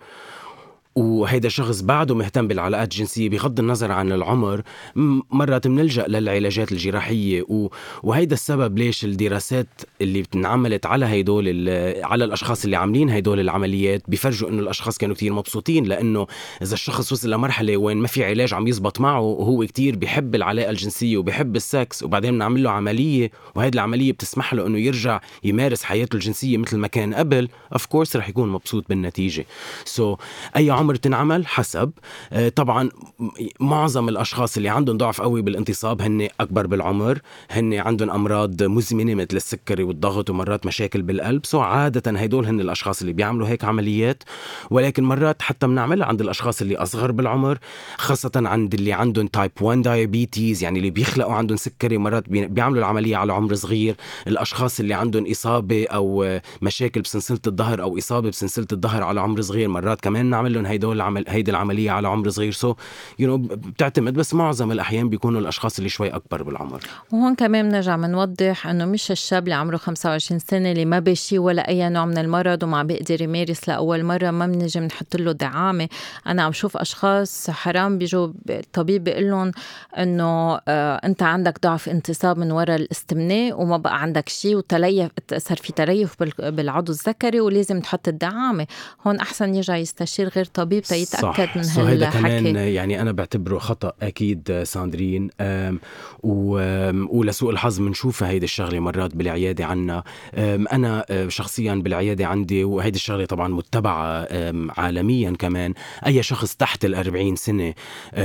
Speaker 2: وهيدا الشخص بعده مهتم بالعلاقات الجنسية بغض النظر عن العمر، مرات بنلجأ للعلاجات الجراحية. وهيدا السبب ليش الدراسات اللي بتنعملت على هيدول على الأشخاص اللي عاملين هيدول العمليات بيفرجوا إنه الأشخاص كانوا كتير مبسوطين. لأنه إذا الشخص وصل لمرحلة وين ما في علاج عم يزبط معه وهو كتير بيحب العلاقة الجنسية وبيحب السكس، وبعدين بنعمل له عملية وهيدا العملية بتسمح له إنه يرجع يمارس حياته الجنسية مثل ما كان قبل، of course رح يكون مبسوط بالنتيجة. so أي عمر تنعمل حسب. طبعا معظم الأشخاص اللي عندهم ضعف قوي بالانتصاب هن أكبر بالعمر، هن عندهم أمراض مزمنة مثل السكري والضغط ومرات مشاكل بالقلب. سو عادة هيدول هن الأشخاص اللي بيعملوا هيك عمليات. ولكن مرات حتى بنعملها عند الأشخاص اللي أصغر بالعمر، خاصة عند اللي عندهم تايب واحد دايابيتيز، يعني اللي بيخلقوا عندهم سكري، مرات بيعملوا العملية على عمر صغير. الأشخاص اللي عندهم إصابة أو مشاكل بسلسلة الظهر أو إصابة بسلسلة الظهر على عمر صغير، مرات كمان نعمل لهم هيدول العمل هيدي العملية على عمر صغير. سو يو نو بتعتمد، بس معظم الأحيان بيكونوا الأشخاص اللي شوي أكبر بالعمر.
Speaker 1: وهون كمان بنرجع بنوضح إنه مش الشاب اللي عمره خمسة وعشرين سنة اللي ما بيشي ولا أي نوع من المرض وما بيقدر يمارس لأول مرة ما بنجي بنحط له دعامة. أنا عم شوف أشخاص حرام بيجوا الطبيب بيقول لهم إنه آه أنت عندك ضعف انتصاب من وراء الاستمناء وما بقى عندك شيء وتليف، صار في تليف بالعضو الذكري ولازم تحط الدعامة. هون أحسن يرجع يستشير غير طبيب تيتأكد من هالحكي.
Speaker 2: هيدا كمان يعني أنا بعتبره خطأ أكيد ساندرين. ولسوء الحظ منشوفها هيدا الشغلة مرات بالعيادة عنا. أنا شخصيا بالعيادة عندي، وهيدا الشغلة طبعا متبعة عالميا كمان، أي شخص تحت الأربعين سنة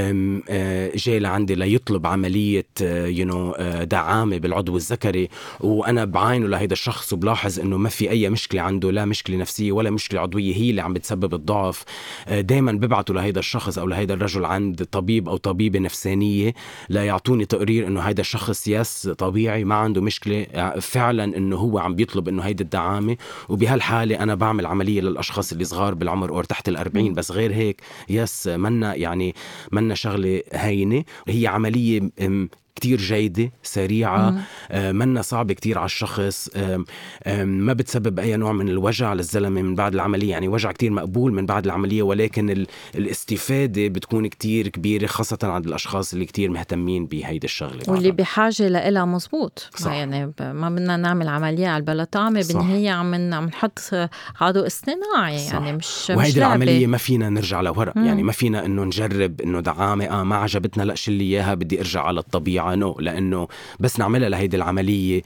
Speaker 2: جاي لعندي ليطلب عملية يو دعامة بالعضو الذكري، وأنا بعاينه لهيدا الشخص وبلاحظ إنه ما في أي مشكلة عنده، لا مشكلة نفسية ولا مشكلة عضوية هي اللي عم بتسبب الضعف، دايما ببعتوا لهيدا الشخص أو لهيدا الرجل عند طبيب أو طبيبة نفسانية لا يعطوني تقرير إنه هيدا الشخص يس طبيعي ما عنده مشكلة فعلا، إنه هو عم بيطلب إنه هيدا الدعامة. وبهالحالة أنا بعمل عملية للأشخاص اللي صغار بالعمر أو تحت الأربعين. بس غير هيك يس منا يعني منا شغلة هينة، هي عملية كتير جيدة سريعة، منا صعبة كتير على الشخص، ما بتسبب أي نوع من الوجع للزلمة من بعد العملية، يعني وجع كتير مقبول من بعد العملية، ولكن الاستفادة بتكون كتير كبيرة خاصة عند الأشخاص اللي كتير مهتمين بهيدا الشغلة
Speaker 1: واللي بحاجة لإلها مزبوط. يعني ما بدنا نعمل عملية على البلطامة، بالنهاية عم نحط عضو اصطناعي، يعني مش
Speaker 2: وهيدي العملية ما فينا نرجع لورا. يعني ما فينا إنه نجرب إنه دعامة آه ما عجبتنا لا شيل لي إياها بدي أرجع على الطبيعة. بسرعة نو، لأنه بس نعملها لهيدي العملية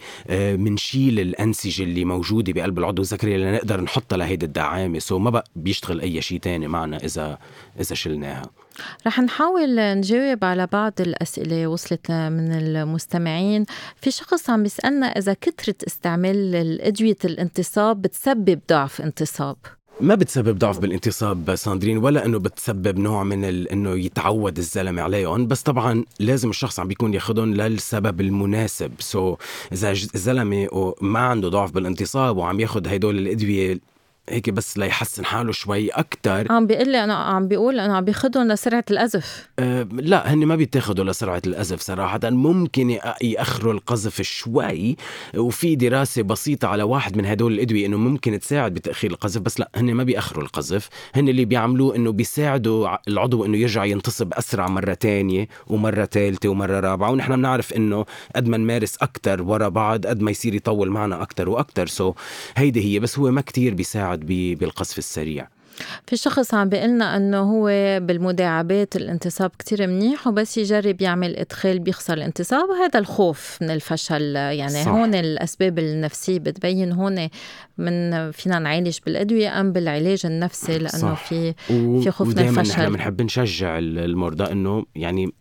Speaker 2: منشيل الأنسجة اللي موجودة بقلب العضو الذكري لنقدر نحطها لهيدي الدعامة، سو ما بقى بيشتغل أي شيء تاني معنا إذا إذا شلناها.
Speaker 1: رح نحاول نجاوب على بعض الأسئلة وصلت من المستمعين. في شخص عم بيسألنا إذا كثرة استعمال أدوية الانتصاب بتسبب ضعف انتصاب.
Speaker 2: ما بتسبب ضعف بالانتصاب ساندرين، ولا انه بتسبب نوع من ال... انه يتعود الزلمه عليهم، بس طبعا لازم الشخص عم بيكون ياخدهم للسبب المناسب. سو اذا الزلمه ما عنده ضعف بالانتصاب وعم ياخد هيدول الادويه هيك بس ليحسن حاله شوي أكتر،
Speaker 1: عم بيقول لي أنا عم بيقول أنا عم بياخدهم لسرعة القذف.
Speaker 2: أه لا، هن ما بيتاخدوا لسرعة القذف صراحة، ممكن يأخروا القذف شوي، وفي دراسة بسيطة على واحد من هدول الأدوية إنه ممكن تساعد بتأخير القذف، بس لا، هن ما بيأخروا القذف. هن اللي بيعملوه إنه بيساعدوا العضو إنه يرجع ينتصب أسرع مرة تانية ومرة ثالثة ومرة رابعة، ونحن بنعرف إنه قد ما نمارس أكتر ورا بعض قد ما يصير يطول معنا أكتر وأكتر. سو هيدي هي، بس هو ما كتير بيساعد بالقذف السريع.
Speaker 1: في شخص عم بيقلنا أنه هو بالمداعبات الانتصاب كتير منيح، وبس يجرب يعمل إدخال بيخسر الانتصاب، وهذا الخوف من الفشل. يعني صح. هون الأسباب النفسية بتبين هون من فينا نعالج بالأدوية أم بالعلاج النفسي، لأنه صح. في في خوف من الفشل.
Speaker 2: ودائما نحن بنحب نشجع المرضى أنه يعني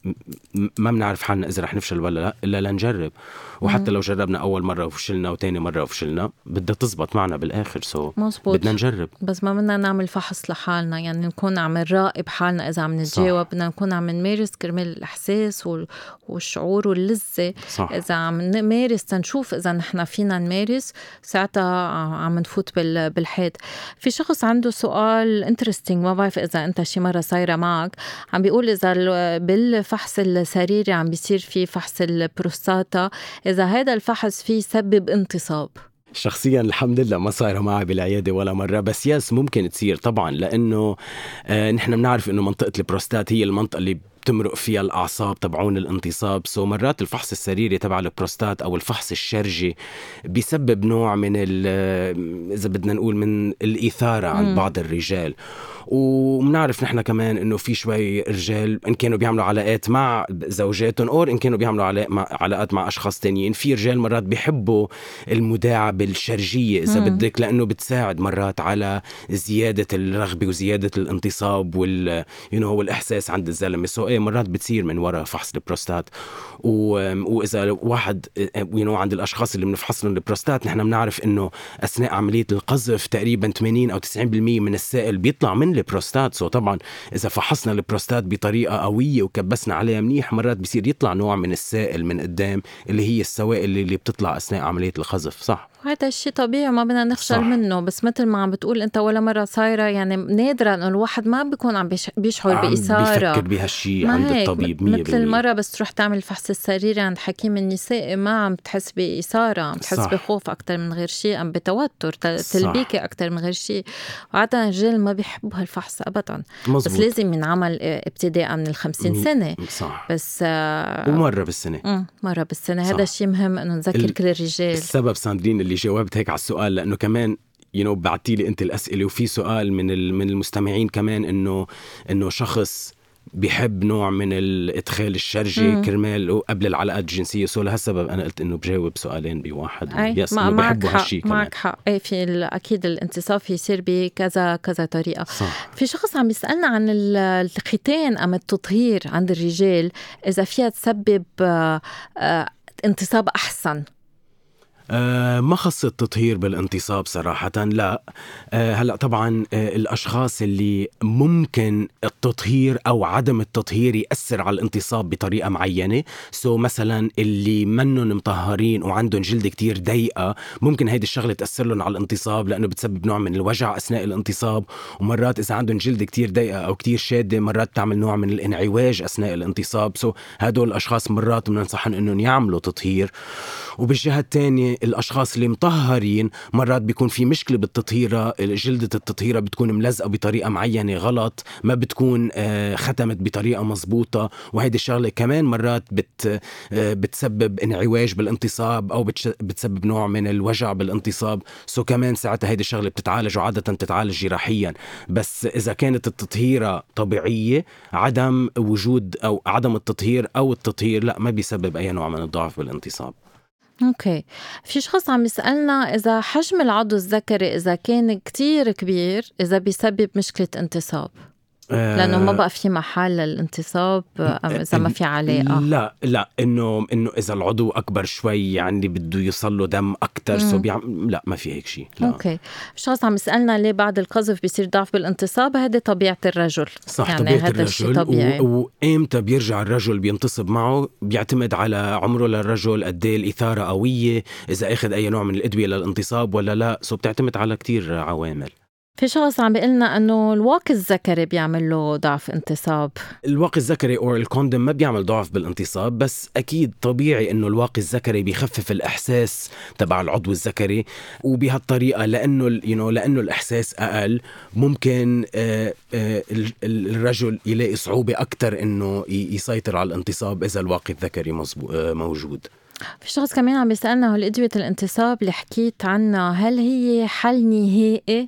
Speaker 2: ما بنعرف حالنا إذا رح نفشل ولا لا إلا لنجرب، وحتى لو جربنا أول مرة وفشلنا وتاني مرة وفشلنا بدها تزبط معنا بالآخر. سو مزبوط. بدنا نجرب،
Speaker 1: بس ما بدنا نعمل فحص لحالنا، يعني نكون عم نراقب حالنا إذا عم نتجاوب. بدنا نكون عم نمارس كرمال الإحساس والشعور واللذة. صح. إذا عم نمارس تنشوف إذا نحن فينا نمارس، ساعتها عم نفوت بالحيط. في شخص عنده سؤال interesting، ما بعرف إذا أنت شي مرة صايرة معك، عم بيقول إذا بالفحص السريري عم بيصير في فحص البروستاتا، إذا هذا الفحص فيه سبب انتصاب.
Speaker 2: شخصيا الحمد لله ما صايرة معي بالعيادة ولا مرة، بس ياس ممكن تصير طبعا، لأنه آه نحن بنعرف إنه منطقة البروستات هي المنطقة اللي بتمرق فيها الأعصاب تبعون الانتصاب. سو مرات الفحص السريري تبع البروستات أو الفحص الشرجي بيسبب نوع من إذا بدنا نقول من الإثارة عند بعض الرجال. ومنعرف نحن كمان إنه في شوي رجال إن كانوا بيعملوا علاقات مع زوجاتهم أو إن كانوا بيعملوا علاقات مع أشخاص تانيين، في رجال مرات بيحبوا المداعبة الشرجية إذا بدك، لأنه بتساعد مرات على زيادة الرغبة وزيادة الانتصاب وال you know والإحساس عند الزلمة. سو إيه مرات بتصير من وراء فحص البروستات. وإذا واحد you know عند الأشخاص اللي بنفحص لهم البروستات، نحن بنعرف إنه أثناء عملية القذف تقريبا ثمانين أو تسعين بالمية من السائل بيطلع من البروستات. سو طبعا إذا فحصنا البروستات بطريقة قوية وكبسنا عليها منيح، مرات بيصير يطلع نوع من السائل من قدام اللي هي السوائل اللي بتطلع أثناء عملية القذف. صح،
Speaker 1: هذا الشيء طبيعي ما بدنا نخجل منه، بس مثل ما عم بتقول انت ولا مرة صايرة، يعني نادرا انه الواحد ما بيكون عم بيشعر عم بإثارة،
Speaker 2: بيفكر بهالشيء عند الطبيب مية بالمية.
Speaker 1: مثل المرة بس تروح تعمل الفحص السريري عند حكيم النساء ما عم تحس بإثارة، عم تحس صح. بخوف أكتر من غير شيء، أم بتوتر تلبيكي أكتر من غير شيء. وعادة الرجال ما بيحبوا هالفحص أبدا. مزبوط. بس لازم ينعمل ابتداء من الخمسين سنة.
Speaker 2: صح.
Speaker 1: بس
Speaker 2: آه ومرة بالسنة
Speaker 1: مرة بالسنة. هذا الشيء مهم انه نذكر ال... كل الرجال.
Speaker 2: السبب ساندرين اللي جاوبت هيك على السؤال لأنه كمان you know بعتيلي أنت الأسئلة، وفي سؤال من ال... من المستمعين كمان إنه إنه شخص بيحب نوع من الإدخال الشرجي مم. كرمال قبل العلاقات الجنسية. سو لهالسبب أنا قلت إنه بجاوب سؤالين بواحد.
Speaker 1: يس ما بحبوا هالشيء كمان. معك حق. أي في أكيد الانتصاب يصير بكذا كذا طريقة. صح. في شخص عم بيسألنا عن الختان أم التطهير عند الرجال، إذا فيها تسبب انتصاب أحسن.
Speaker 2: أه ما خص التطهير بالانتصاب صراحة، لا. أه هلأ طبعا أه الأشخاص اللي ممكن التطهير أو عدم التطهير يأثر على الانتصاب بطريقة معينة. سو مثلا اللي منهم مطهرين وعندهم جلد كتير ضيقة، ممكن هيدي الشغلة تأثر لهم على الانتصاب لأنه بتسبب نوع من الوجع أثناء الانتصاب. ومرات إذا عندهم جلد كتير ضيقة أو كتير شادة، مرات تعمل نوع من الانعواج أثناء الانتصاب. سو هدول الأشخاص مرات بننصحهم إنهم يعملوا تطهير. وبالجهة الثانية الأشخاص اللي مطهرين مرات بيكون في مشكلة بالتطهيرة، جلدة التطهيرة بتكون ملزقة بطريقة معينة غلط، ما بتكون ختمت بطريقة مزبوطة، وهيدي الشغلة كمان مرات بت بتسبب انعواج بالانتصاب أو بتسبب نوع من الوجع بالانتصاب. سو كمان ساعتها هيدي الشغلة بتتعالج، وعادة تتعالج جراحيا. بس إذا كانت التطهيرة طبيعية، عدم وجود أو عدم التطهير أو التطهير لا ما بيسبب أي نوع من الضعف بالانتصاب.
Speaker 1: اوكي، في شخص عم يسألنا إذا حجم العضو الذكري إذا كان كتير كبير إذا بيسبب مشكلة انتصاب، لأنه ما بقى في محل للانتصاب أم إذا ما في علاقة.
Speaker 2: لا لا إنه إنه إذا العضو أكبر شوي يعني بده يوصل له دم أكتر سو بيعم... لا ما في هيك شيء.
Speaker 1: أوكي، شخص عم يسألنا ليه بعد القذف بيصير ضعف بالانتصاب. هذه طبيعة الرجل.
Speaker 2: صح،
Speaker 1: يعني
Speaker 2: طبيعة
Speaker 1: هذا الشيء طبيعي.
Speaker 2: و... وإمتى بيرجع الرجل بينتصب معه بيعتمد على عمره للرجل، قد ايه الإثارة قوية، إذا أخذ أي نوع من الأدوية للانتصاب ولا لا. سو بتعتمد على كتير عوامل.
Speaker 1: في شخص عم بيقلنا أنه الواقي الذكري بيعمل له ضعف انتصاب.
Speaker 2: الواقي الذكري أو الكوندوم ما بيعمل ضعف بالانتصاب، بس أكيد طبيعي أنه الواقي الذكري بيخفف الإحساس تبع العضو الذكري، وبهالطريقة لأنه you know, لأنه الإحساس أقل ممكن آه آه الرجل يلاقي صعوبة أكتر أنه يسيطر على الانتصاب إذا الواقي الذكري آه موجود.
Speaker 1: في شخص كمان عم بيسألنا هل أدوية الانتصاب اللي حكيت عنها هل هي حل نهائي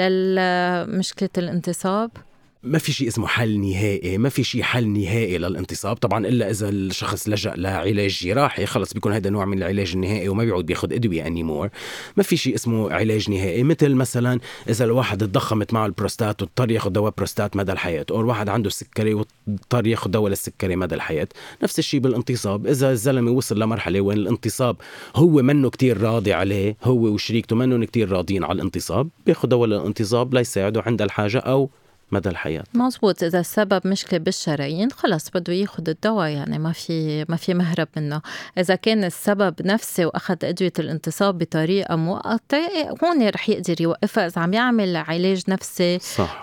Speaker 1: للمشكلة الانتصاب؟
Speaker 2: ما في شيء اسمه حل نهائي، ما في شيء حل نهائي للانتصاب طبعا، إلا إذا الشخص لجأ لعلاج جراحي خلص بيكون هذا نوع من العلاج النهائي وما بيعود بياخد أدوية أنيمور. ما في شيء اسمه علاج نهائي، مثل مثلا إذا الواحد اتضخمت معه البروستات واضطر ياخد دواء بروستات مدى الحياة، أو الواحد عنده سكري واضطر ياخد دواء للسكري مدى الحياة. نفس الشيء بالانتصاب، إذا الزلمة وصل لمرحلة وين الانتصاب هو منه كتير راضي عليه، هو وشريكته منه كتير راضين على الانتصاب، بياخد دواء للانتصاب ليساعده عند الحاجة أو مدى الحياة.
Speaker 1: مظبوط، إذا السبب مشكلة بالشرايين خلاص بده ياخد الدواء، يعني ما في ما في مهرب منه. إذا كان السبب نفسي وأخذ أدوية الانتصاب بطريقة مؤقتة هون رح يقدر يوقفها إذا عم يعمل علاج نفسي.
Speaker 2: صح.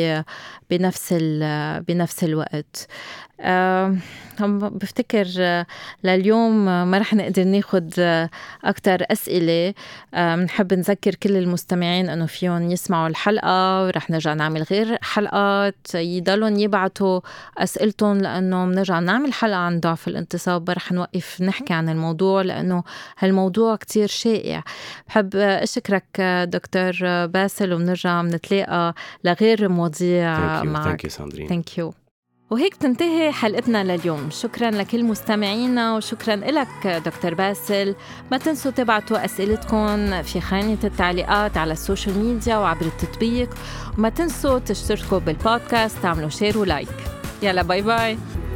Speaker 1: بنفس بنفس الوقت. أه بفتكر لليوم ما رح نقدر ناخد أكتر أسئلة. بنحب أه نذكر كل المستمعين أنه فيهم يسمعوا الحلقة، ورح نرجع نعمل غير حلقات، يضلون يبعتوا أسئلتهم لأنه بنرجع نعمل حلقة عن ضعف الانتصاب. رح نوقف نحكي عن الموضوع لأنه هالموضوع كتير شائع. بحب أشكرك دكتور باسل، وبنرجع بنتلاقى لغير مواضيع معك.
Speaker 2: Thank you ساندرين.
Speaker 1: Thank you. وهيك تنتهي حلقتنا لليوم. شكرا لكل مستمعينا وشكرا لك دكتور باسل. ما تنسوا تبعتوا أسئلتكم في خانة التعليقات على السوشيال ميديا وعبر التطبيق، وما تنسوا تشتركوا بالبودكاست، تعملوا شير ولايك. يلا باي باي.